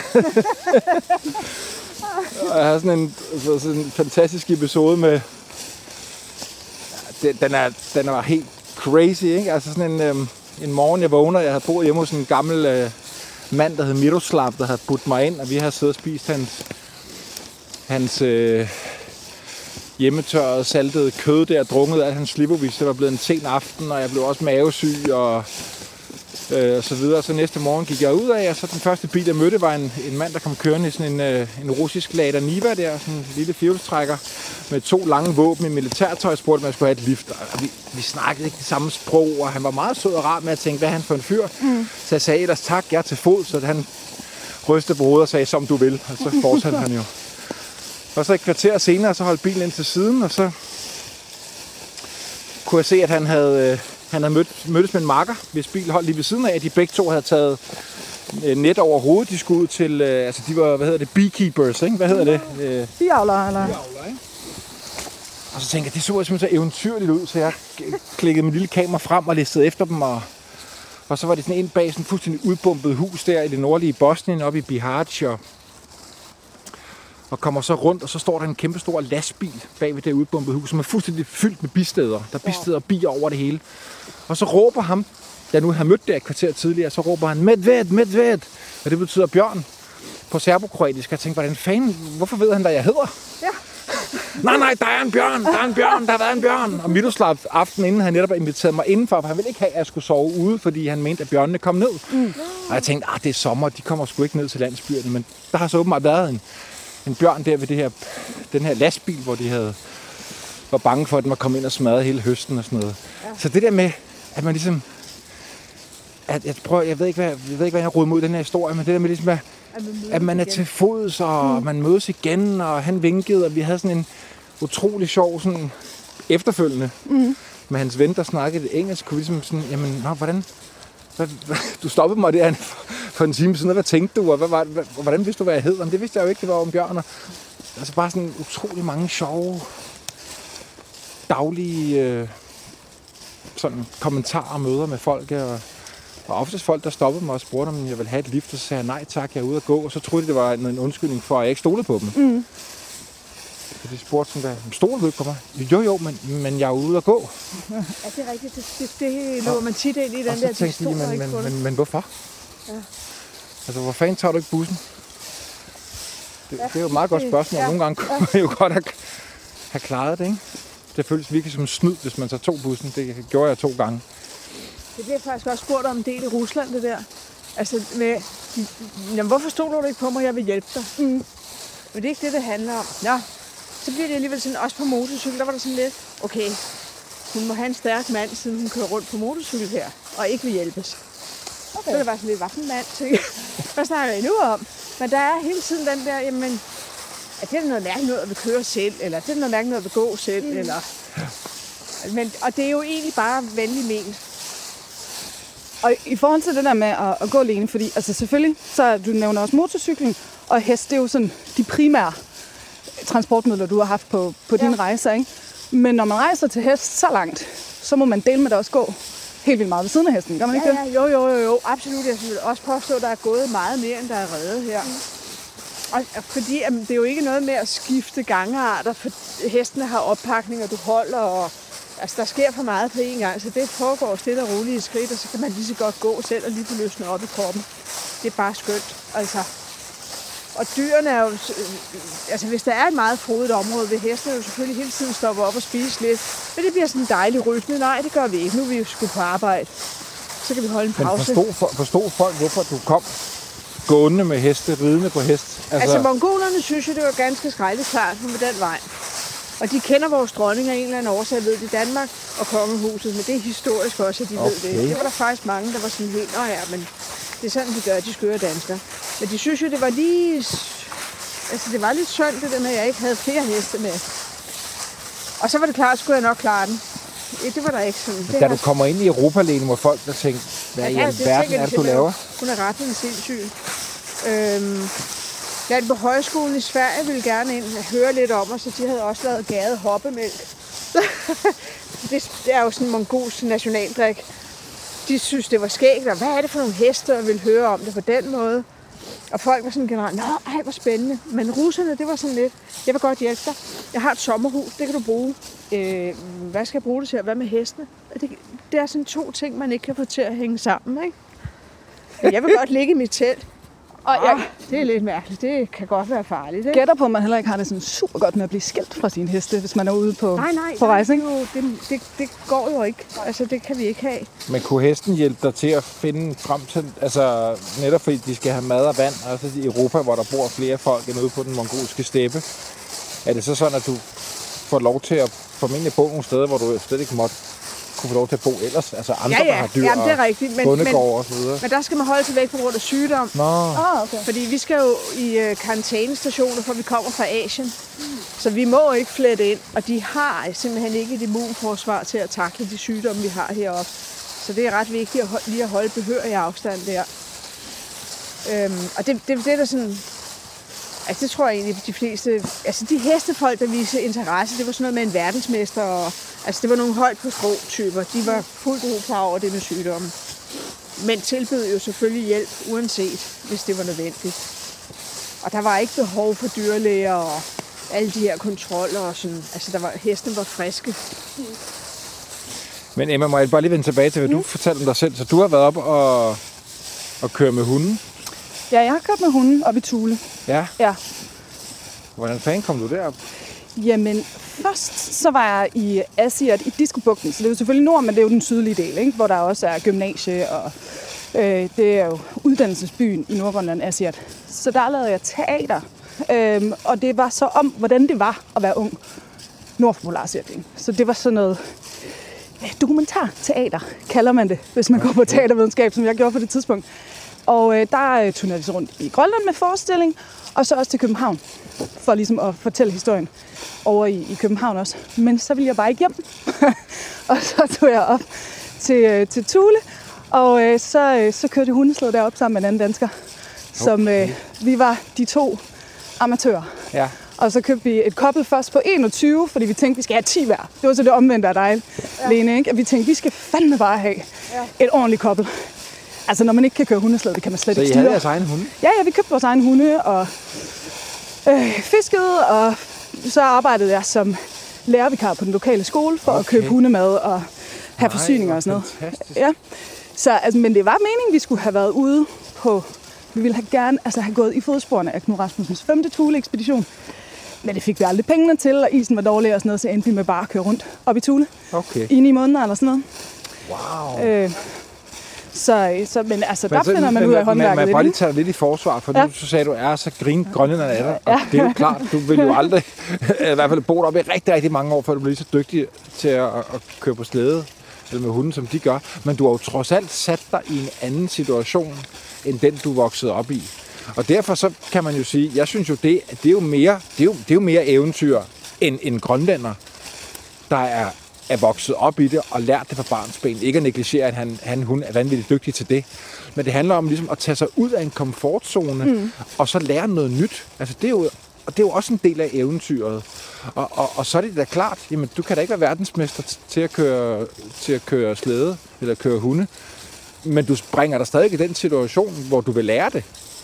Og jeg har sådan en, sådan en fantastisk episode med... Ja, den, er, den er helt crazy, ikke? Altså sådan en, øhm, en morgen, jeg vågner, jeg havde boet hjemme hos en gammel øh, mand, der hed Miroslav, der havde budt mig ind, og vi havde siddet og spist hans... hans øh, hjemmetørret, saltet kød der, drukket af hans slivovis. Det var blevet en sen aften, og jeg blev også mavesyg og, øh, og så videre. Så næste morgen gik jeg ud af, og så den første bil, jeg mødte, var en, en mand, der kom kørende i sådan en, øh, en russisk Lada Niva der, sådan en lille firehjulstrækker med to lange våben i militærtøj. Jeg spurgte, om jeg skulle have et lift. Og vi, vi snakkede ikke det samme sprog, og han var meget sød og rar med at tænke, hvad er han for en fyr? Mm. Så jeg sagde ellers tak, jeg er til fod, så han rystede på hovedet og sagde, som du vil. Og så fortsatte han jo. Og så et kvarter senere, så holdt bilen ind til siden, og så kunne jeg se, at han havde, øh, han havde mødt, mødtes med en makker, hvis bil holdt lige ved siden af, at de begge to havde taget øh, net over hovedet. De skulle ud til, øh, altså de var, hvad hedder det, beekeepers, ikke? Hvad hedder det? Øh, Biavler, eller? Biavler, ikke? Og så tænkte jeg, det så simpelthen så eventyrligt ud, så jeg klikkede mit lille kamera frem og listede efter dem, og, og så var det sådan ind bag sådan en fuldstændig udbumpet hus der i det nordlige Bosnien, oppe i Bihać, og og kommer så rundt, og så står der en kæmpe stor lastbil bag ved det udbumpede hus, som er fuldstændig fyldt med bisteder. Der er bisteder og bier over det hele. Og så råber ham, da nu har mødt der et kvarter tidligere, så råber han, Medved, Medved, og det betyder bjørn på serbokroatisk. Jeg tænkte, hvordan fanden, hvorfor ved han, hvad jeg hedder? Ja. nej, nej, der er en bjørn, der er en bjørn, der har været en bjørn. Og Miroslav aften inden, han netop inviteret mig indenfor, for han ville ikke have, at jeg skulle sove ude, fordi han mente, at bjørnene kom ned. Mm. Og jeg tænkte, ah, det er sommer, de kommer sgu ikke ned til landsbyerne, men der har så åbenbart været en En bjørn der ved det her, den her lastbil, hvor de havde, var bange for, at den var kommet ind og smadret hele høsten og sådan noget. Ja. Så det der med, at man ligesom... At jeg, prøver, jeg, ved ikke, hvad, jeg ved ikke, hvad jeg har rodet mod den her historie, men det der med ligesom, at, at man er til fods, og mm. man mødes igen, og han vinkede, og vi havde sådan en utrolig sjov sådan efterfølgende mm. med hans ven, der snakkede engelsk, kunne vi ligesom sådan, jamen, nå, hvordan, hvad, hvad, du stoppede mig der for en time siden, og hvad tænkte du, og hvad var, hvad, hvordan vidste du, hvad jeg hed? Jamen, det vidste jeg jo ikke, det var om Bjørn, og altså bare sådan utrolig mange sjove, daglige øh, sådan kommentarer og møder med folk, og Og oftest folk, der stoppede mig og spurgte, om jeg ville have et lift, og så sagde jeg nej tak, jeg er ude at gå. Og så troede de, det var en undskyldning for, at jeg ikke stolede på dem. Mm. Så de spurgte sådan der, stoler du ikke på mig? Jo jo, men, men jeg er ude at gå. Ja, det er rigtigt. Det, det, det løber man tit ind i den der, de stoler ikke på men, men, men hvorfor? Ja. Altså, hvor fanden tager du ikke bussen? Det, ja, det er jo et meget godt spørgsmål. Ja. Nogle gange kunne man jo godt have, have klaret det, ikke? Det føles virkelig som snyd, hvis man tager to bussen. Det gjorde jeg to gange. Det bliver faktisk også spurgt om en del i Rusland, det der. Altså med, jamen, hvorfor stoler du ikke på mig, jeg vil hjælpe dig? Mm. Men det er ikke det, det handler om. Nå, så bliver det alligevel sådan, også på motorcykel, der var der sådan lidt, okay, hun må have en stærk mand, siden hun kører rundt på motorcykel her, og ikke vil hjælpes. Okay. Så det var sådan lidt, hvad for en mand, tænker hvad snakker jeg nu om? Men der er hele tiden den der, jamen, er det noget mærkeligt noget at vil køre selv, eller er det noget mærkeligt noget at vil gå selv, mm. eller... Men, og det er jo egentlig bare venlig ment. Og i forhold til det der med at, at gå alene, fordi altså selvfølgelig, så du nævner også motorcyklen, og hest, det er jo sådan de primære transportmidler, du har haft på, på ja. Dine rejser, ikke? Men når man rejser til hest så langt, så må man dele med det også gå helt vildt meget ved siden af hesten, gør man ikke ja, det? Ja, jo, jo, jo, jo, absolut. Jeg vil også påstå, at der er gået meget mere, end der er reddet her. Mm. Og fordi jamen, det er jo ikke noget med at skifte gangarter, for hestene har oppakninger, du holder, og altså, der sker for meget på én gang, så det foregår stille og roligt i skridt, og så kan man lige så godt gå selv og lige få løsnet op i kroppen. Det er bare skønt, altså. Og dyrene er jo, altså hvis der er et meget frodigt område, vil hestene jo selvfølgelig hele tiden stoppe op og spise lidt. Men det bliver sådan en dejlig rytme. Nej, det gør vi ikke. Nu er vi jo sgu på arbejde. Så kan vi holde en pause. Men forstod, forstod folk, hvorfor du kom gående med heste, ridende på hest? Altså, altså mongolerne synes jo, det var ganske skrækkeligt klart på den vej. Og de kender vores dronning af en eller anden årsag, ved det, Danmark og kongehuset, men det er historisk også, at de okay. ved det. Det var der faktisk mange, der var sådan helt, nå ja, men det er sådan, de gør, de skøre danskere. Men de synes jo, det var lige, altså det var lidt synd, det der med, at jeg ikke havde flere heste med. Og så var det klart, at skulle jeg nok klare den. Ja, det var der ikke sådan. Det da du kommer ind i Europalægen, hvor folk der tænker, hvad ja, i alverden er det, du laver? Hun er ret en sindssyg. Øhm, Blandt på højskolen i Sverige ville gerne ind og høre lidt om os, så de havde også lavet gade hoppemælk. det, det er jo sådan en mongolsk nationaldrik. De synes, det var skægt, og hvad er det for nogle heste, og ville høre om det på den måde. Og folk var sådan generelt, nå, ej, hvor spændende. Men russerne, det var sådan lidt, jeg vil godt hjælpe dig. Jeg har et sommerhus, det kan du bruge. Øh, hvad skal jeg bruge det til? Hvad med hestene? Det, det er sådan to ting, man ikke kan få til at hænge sammen, ikke? Men jeg vil godt ligge i mit telt. Og ja, det er lidt mærkeligt. Det kan godt være farligt. Ikke? Gætter på, at man heller ikke har det sådan super godt med at blive skilt fra sine heste, hvis man er ude på, nej, nej, på rejse. Nej, det, det, det går jo ikke. Altså, det kan vi ikke have. Men kunne hesten hjælpe dig til at finde frem til, altså netop fordi de skal have mad og vand, altså i Europa, hvor der bor flere folk end ude på den mongolske steppe, er det så sådan, at du får lov til at formentlig bo nogle steder, hvor du slet ikke måtte kunne få lov til at bo ellers? Altså andre, ja, ja. der har dyr Jamen, det er rigtigt. Men, men, og så videre. Men der skal man holde sig væk på grund af sygdom. Nå. Oh, okay. Fordi vi skal jo i uh, karantænestationer, for vi kommer fra Asien. Mm. Så vi må ikke flette ind, og de har simpelthen ikke et immunforsvar til at takle de sygdomme, vi har heroppe. Så det er ret vigtigt at holde, lige at holde behørig afstand der. Øhm, og det, det, det er der sådan... Altså det tror jeg egentlig, de fleste... Altså de hestefolk, der viser interesse, det var sådan noget med en verdensmester, og altså det var nogle højt på strå-typer. De var fuldt ud klar over det med sygdommen. Men tilbød jo selvfølgelig hjælp, uanset hvis det var nødvendigt. Og der var ikke behov for dyrlæger og alle de her kontroller og sådan. Altså der var, hesten var friske. Men Emma, må jeg bare lige vende tilbage til, hvad mm. du fortalte om dig selv. Så du har været op og, og køre med hunden? Ja, jeg har kørt med hunden op i Thule. Ja? Ja. Hvordan fanden kom du derop? Jamen, først så var jeg i Aasirt i Diskobugten, så det er jo selvfølgelig nord, men det er jo den sydlige del, ikke? Hvor der også er gymnasie, og øh, det er jo uddannelsesbyen i Nordgrønland, Aasirt. Så der lavede jeg teater, øhm, og det var så om, hvordan det var at være ung nord for Polarcirklen. Så det var sådan noget dokumentarteater, kalder man det, hvis man går på teatervidenskab, som jeg gjorde på det tidspunkt. Og øh, der øh, turnerede de så rundt i Grønland med forestilling, og så også til København, for ligesom at fortælle historien over i, i København også. Men så ville jeg bare ikke hjem, og så tog jeg op til, øh, til Thule, og øh, så, øh, så kørte hundeslået derop sammen med en anden dansker, okay. som øh, vi var de to amatører. Ja. Og så købte vi et kobbel først på enogtyve, fordi vi tænkte, vi skal have ti hver. Det var så det omvendte af dig, ja. Lene, ikke? At vi tænkte, vi skal fandme bare have ja. et ordentligt kobbel. Altså, når man ikke kan køre hundesled, det kan man slet så ikke styre. Så I havde jeres egen hunde? Ja, ja, vi købte vores egen hunde og øh, fiskede, og så arbejdede jeg som lærervikar på den lokale skole for okay. at købe hundemad og have Nej, forsyninger og sådan noget. Ja. Så, altså, men det var meningen, vi skulle have været ude på... Vi ville have gerne altså, have gået i fodsporene af Knud Rasmussens femte Thule-ekspedition. Men det fik vi aldrig pengene til, og isen var dårlig og sådan noget, så endte vi med bare at køre rundt op i Thule. Okay. I ni måneder eller sådan noget. Wow. Øh, så, så, men altså, men der finder man ud af håndværket. Men man bare lige tage lidt i forsvar, for ja. nu så sagde du, er så grint grønlænderne af dig. Og ja. det er jo klart, du vil jo aldrig, i hvert fald bo deroppe i rigtig, rigtig mange år, før du bliver lige så dygtig til at, at køre på slæde, eller med hunden, som de gør. Men du har jo trods alt sat dig i en anden situation, end den, du voksede op i. Og derfor så kan man jo sige, jeg synes jo, det, det, er, jo mere, det, er, jo, det er jo mere eventyr end en grønlænder, der er, er vokset op i det og lært det fra barnsben. Ikke at negligere, at han, han hun er vanvittigt dygtig til det. Men det handler om ligesom at tage sig ud af en komfortzone, mm. og så lære noget nyt. Altså, det er jo, og det er jo også en del af eventyret. Og, og, og så er det da klart, jamen, du kan da ikke være verdensmester til at køre, til at køre slæde eller køre hunde. Men du springer dig stadig i den situation, hvor du vil lære det.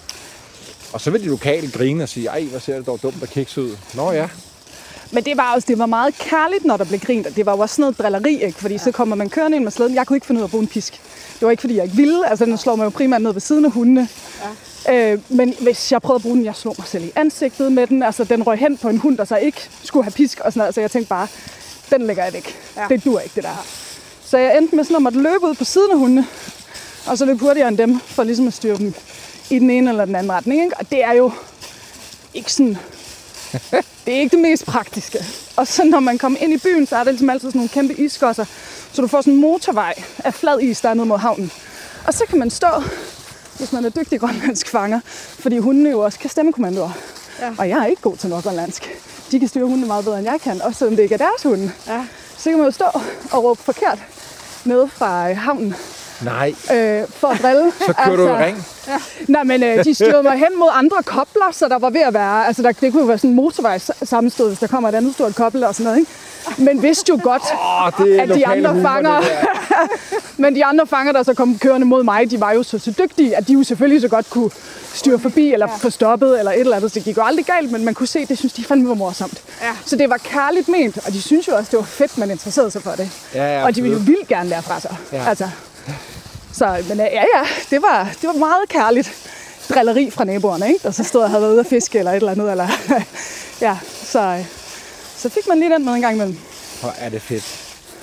Og så vil de lokale grine og sige, ej, hvad ser det dog dumt og kiks ud. Nå ja. Men det var også det var meget kærligt, når der blev grint. Det var jo også sådan noget drilleri, ikke? Fordi ja. så kommer man kørende ind med slæden. Jeg kunne ikke finde ud af at bruge en pisk. Det var ikke, fordi jeg ikke ville. Altså, den slår mig jo primært ned ved siden af hundene. Ja. Øh, men hvis jeg prøvede at bruge den, jeg slog mig selv i ansigtet med den. Altså, den røg hen på en hund, der så ikke skulle have pisk og sådan noget. Altså, jeg tænkte bare, den lægger jeg væk. Ja. Det duer ikke, det der. Så jeg endte med sådan at måtte løbe ud på siden af hundene. Og så løb hurtigere end dem, for ligesom at styre dem i den ene eller den anden retning. Ikke? Og det er jo ikke sådan... Det er ikke det mest praktiske. Og så når man kommer ind i byen, så er der ligesom altid sådan nogle kæmpe isskosser. Så du får sådan en motorvej af flad is, der er ned mod havnen. Og så kan man stå, hvis man er dygtig grønlandsk fanger, fordi hundene jo også kan stemmekommandoer. Ja. Og jeg er ikke god til nordgrønlandsk. De kan styre hundene meget bedre, end jeg kan, også selvom det ikke er deres hunde. Ja. Så kan man jo stå og råbe forkert nede fra havnen. Nej. Øh, for at drille. Så kører altså, du i ring? Ja. Nej, men øh, de styrede mig hen mod andre kobler, så der var ved at være... Altså, der, det kunne jo være sådan en motorvejssammenstød, hvis der kommer et andet stort kobbel og sådan noget, ikke? Men vidste jo godt, oh, det er at de andre fanger... men de andre fanger, der så kom kørende mod mig, de var jo så, så dygtige, at de jo selvfølgelig så godt kunne styre forbi, eller få stoppet, eller et eller andet. Så det gik jo aldrig galt, men man kunne se, det synes de fandme var morsomt. Ja. Så det var kærligt ment, og de synes jo også, det var fedt, man interesserede sig for det. Ja, ja, og de ville jo vildt gerne lære fra sig. Ja. Altså... Så, men ja, ja, det var, det var meget kærligt drilleri fra naboerne, ikke? Der så stod og havde været ude at fiske eller et eller andet. Eller, ja, så, så fik man lige den med en gang imellem. Hvor er det fedt.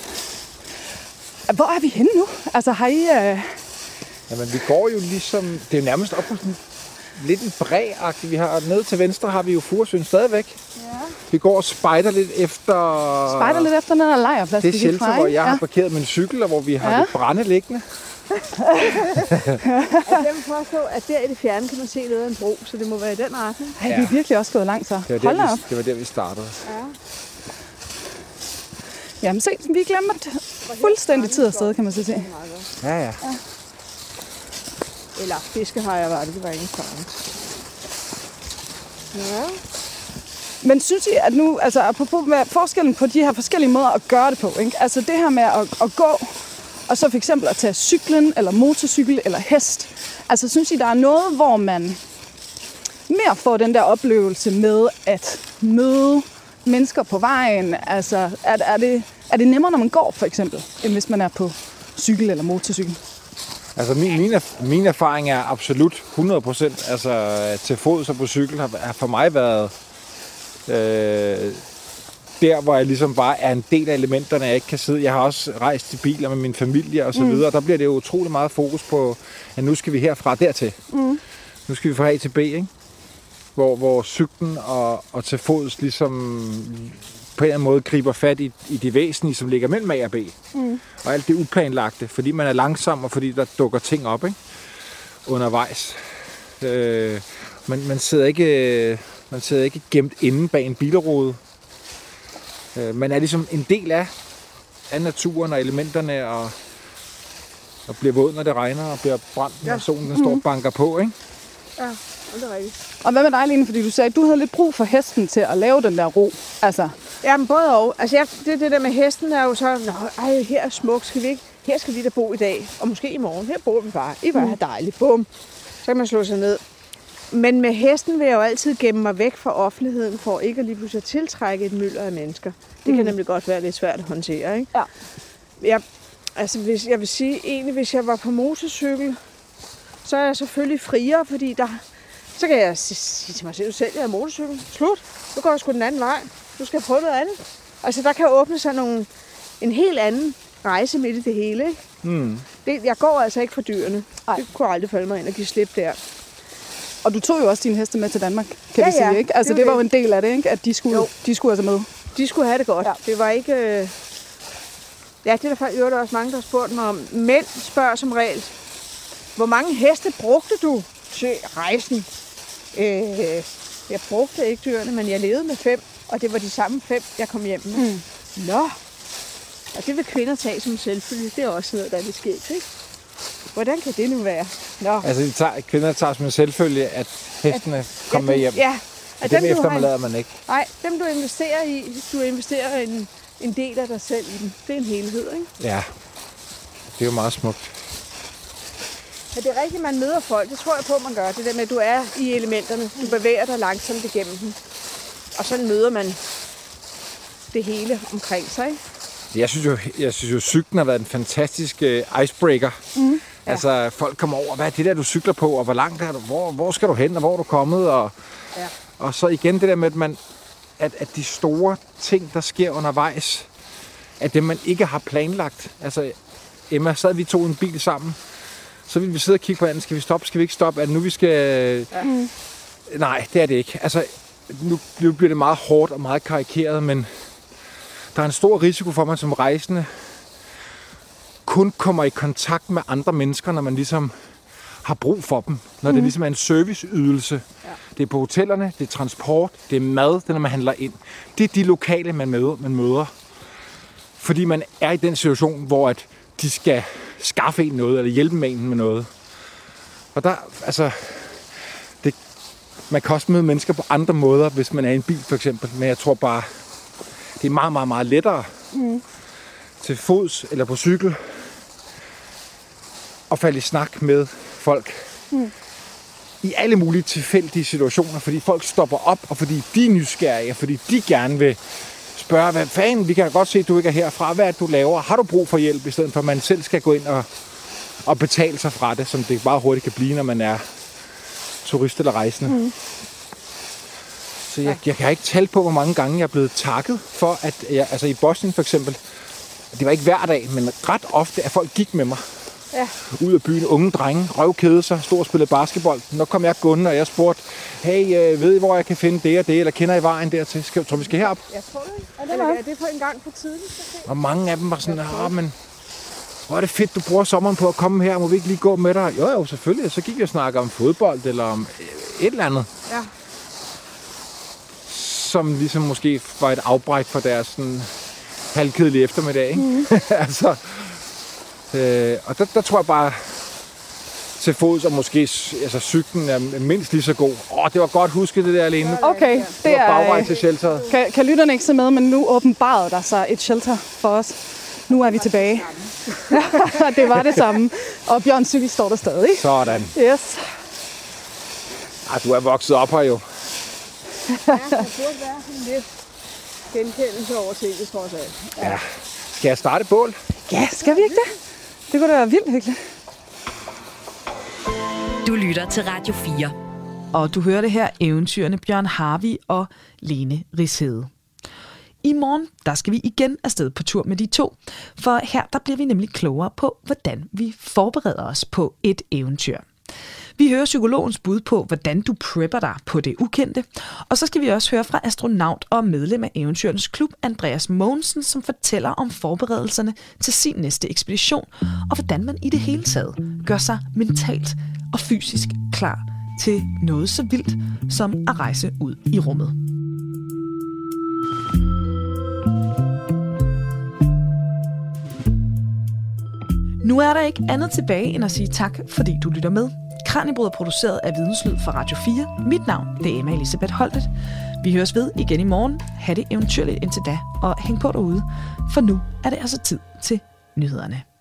Hvor er vi henne nu? Altså, har I... Øh... Jamen, vi går jo ligesom... Det er jo nærmest op på sådan lidt en bræ-agtig. Vi har nede til venstre har vi jo Furesøen stadigvæk. Ja. Vi går og spejder lidt efter... Spejder lidt efter den der lejrplads. Det er shelter, hvor jeg har ja. parkeret min cykel, og hvor vi har ja. lidt brænde liggende. Jeg vil påstå, at der i det fjerne kan man se noget af en bro, så det må være i den retning. Ej, vi er virkelig også gået langt så. Det var, der, vi, det var der, vi startede. Ja. Jamen se, vi glemmer fuldstændig tid og sted, kan man så se. Ja, ja. ja. Eller fiskehajer var det, det var ikke farligt. Ja. Men synes I, at nu, altså apropos med forskellen på de her forskellige måder at gøre det på, ikke? Altså det her med at, at gå, og så for eksempel at tage cyklen, eller motorcykel, eller hest. Altså synes I, der er noget, hvor man mere får den der oplevelse med at møde mennesker på vejen? Altså er, er, det, er det nemmere, når man går for eksempel, end hvis man er på cykel eller motorcykel? Altså min, min, min erfaring er absolut hundrede procent. Altså til fods og på cykel har, har for mig været øh, der, hvor jeg ligesom bare er en del af elementerne, jeg ikke kan sidde. Jeg har også rejst i biler med min familie og så mm. videre. Der bliver det jo utrolig meget fokus på, at nu skal vi herfra dertil. Mm. Nu skal vi fra A til B, ikke? Hvor, hvor cyklen og, og til fods ligesom på en eller anden måde griber fat i, i de væsentlige, som ligger mellem A og B. Mm. Og alt det uplanlagte, fordi man er langsom, og fordi der dukker ting op, ikke? undervejs. Øh, man, man, sidder ikke, man sidder ikke gemt inde bag en bilrude. Øh, man er ligesom en del af, af naturen og elementerne, og, og bliver våd, når det regner, og bliver brændt, når ja. solen den står og banker på, ikke? Ja, det er rigtigt. Og hvad med dig, Line? Fordi du sagde, at du havde lidt brug for hesten til at lave den der ro. Altså. Jamen, både og. Altså, jeg, det, det der med hesten er jo så, nå, ej, her er smukt, skal vi ikke? Her skal vi da bo i dag, og måske i morgen. Her bor vi bare. I var mm. dejligt. Bum. Så kan man slå sig ned. Men med hesten vil jeg jo altid gemme mig væk fra offentligheden, for ikke at lige pludselig tiltrække et mylder af mennesker. Det kan mm. nemlig godt være lidt svært at håndtere, ikke? Ja. Jeg, altså, hvis, jeg vil sige, egentlig, hvis jeg var på motorcykel, så er jeg selvfølgelig friere, fordi der, så kan jeg sige til mig selv, selv, jeg er motorcykel. Slut. Nu går jeg sgu den anden vej. Du skal prøve noget andet. Altså, der kan åbne sig nogle, en helt anden rejse midt i det hele, ikke? Mm. Det, jeg går altså ikke for dyrene. Ej. Det kunne aldrig falde mig ind og give slip der. Og du tog jo også dine heste med til Danmark, kan ja, vi sige, ja, ikke? Altså, det, det var jo en del af det, ikke? At de skulle, de skulle altså med. De skulle have det godt. Ja. Det var ikke... Øh... Ja, det er der faktisk også mange, der har spurgt mig om. Mænd spørger som regel, hvor mange heste brugte du til rejsen? Øh, jeg brugte ikke dyrene, men jeg levede med fem, og det var de samme fem, jeg kom hjem med. Mm. Nå, og det vil kvinder tage som selvfølge. Det er også noget, der er lidt skægt, ikke? Hvordan kan det nu være? Nå. Altså, de tager, kvinder tager som en selvfølge, at hestene kommer med hjem. Ja. Og dem efterlader man ikke. Nej, dem du investerer i, du investerer en, en del af dig selv i dem. Det er en helhed, ikke? Ja, det er jo meget smukt. Ja, det er rigtigt, man møder folk. Det tror jeg på, man gør. Det der med, at du er i elementerne. Du bevæger dig langsomt igennem dem. Og så møder man det hele omkring sig, ikke? Jeg synes jo, jeg synes jo cyklen har været en fantastisk uh, icebreaker. Mm. Ja. Altså, folk kommer over, hvad er det der, du cykler på, og hvor langt er du, hvor, hvor skal du hen, og hvor er du kommet? Og, ja. og så igen det der med, at, man, at, at de store ting, der sker undervejs, at det, man ikke har planlagt. Altså, Emma, sad vi to i en bil sammen, så ville vi sidde og kigge på hinanden, skal vi stoppe, skal vi ikke stoppe, er det nu, vi skal... Ja. Mm. Nej, det er det ikke. Altså, nu, nu bliver det meget hårdt og meget karikeret, men der er en stor risiko for, at man som rejsende kun kommer i kontakt med andre mennesker, når man ligesom har brug for dem. Når mm. det ligesom er en serviceydelse. Ja. Det er på hotellerne, det er transport, det er mad, det er, når man handler ind. Det er de lokale, man møder. Man møder. Fordi man er i den situation, hvor at de skal skaffe en noget, eller hjælpe med en med noget. Og der, altså... Det, man kan også møde mennesker på andre måder, hvis man er i en bil for eksempel. Men jeg tror bare, det er meget, meget, meget lettere mm. til fods eller på cykel at falde i snak med folk mm. i alle mulige tilfældige situationer, fordi folk stopper op, og fordi de er nysgerrige, og fordi de gerne vil spørge, hvad fanden, vi kan godt se, at du ikke er herfra, hvad er det, du laver? Har du brug for hjælp, i stedet for at man selv skal gå ind og, og betale sig fra det, som det meget hurtigt kan blive, når man er turist eller rejsende. Mm. Så jeg, jeg kan ikke tale på, hvor mange gange jeg er blevet takket for, at jeg, altså i Bosnien for eksempel, det var ikke hver dag, men ret ofte, at folk gik med mig. Ja. Ud af byen, unge drenge, røvkædede sig, stod og spillede basketball. Når kom jeg gående, og jeg spurgte, hey, ved I, hvor jeg kan finde det og det, eller kender I vejen dertil? Skal, tror vi skal herop? Jeg tror det. Er det, eller er det for en gang for tidligt? Og mange af dem var sådan, ah, men hvor er det fedt, du bruger sommeren på at komme her, må vi ikke lige gå med dig? Jo, jo, selvfølgelig. Så gik jeg og snakkede om fodbold, eller om et eller andet. Ja. Som ligesom måske var et afbræk for deres sådan halvkedelige eftermiddag, ikke? Mm. altså, øh, og der, der tror jeg bare til fods, og måske altså, cyklen er mindst lige så god. Åh, det var godt husket det der alene. Okay, det, det var bagvej til shelteret. Kan, kan lytterne ikke se med, men nu åbenbarede der sig et shelter for os. Nu er vi tilbage. Det var det samme. Og Bjørns cykel står der stadig. Sådan. Yes. Ej, du er vokset op her jo. Ja, der burde være sådan lidt genkendelse over til det, trods alt. Ja. Ja. Skal jeg starte bål? Ja, skal vi ikke det? Det kunne da være vildt hyggeligt. Du lytter til Radio fire. Og du hører det her eventyrene Bjørn Harvig og Lene Rishede. I morgen, der skal vi igen afsted på tur med de to, for her der bliver vi nemlig klogere på, hvordan vi forbereder os på et eventyr. Vi hører psykologens bud på, hvordan du prepper dig på det ukendte, og så skal vi også høre fra astronaut og medlem af Eventyrernes Klub, Andreas Mogensen, som fortæller om forberedelserne til sin næste ekspedition, og hvordan man i det hele taget gør sig mentalt og fysisk klar til noget så vildt som at rejse ud i rummet. Nu er der ikke andet tilbage end at sige tak, fordi du lytter med. Kraniebrud er produceret af Videnslyd for Radio fire. Mit navn det er Emma Elisabeth Holtet. Vi høres ved igen i morgen. Ha' det eventyrligt indtil da, og hæng på derude, for nu er det altså tid til nyhederne.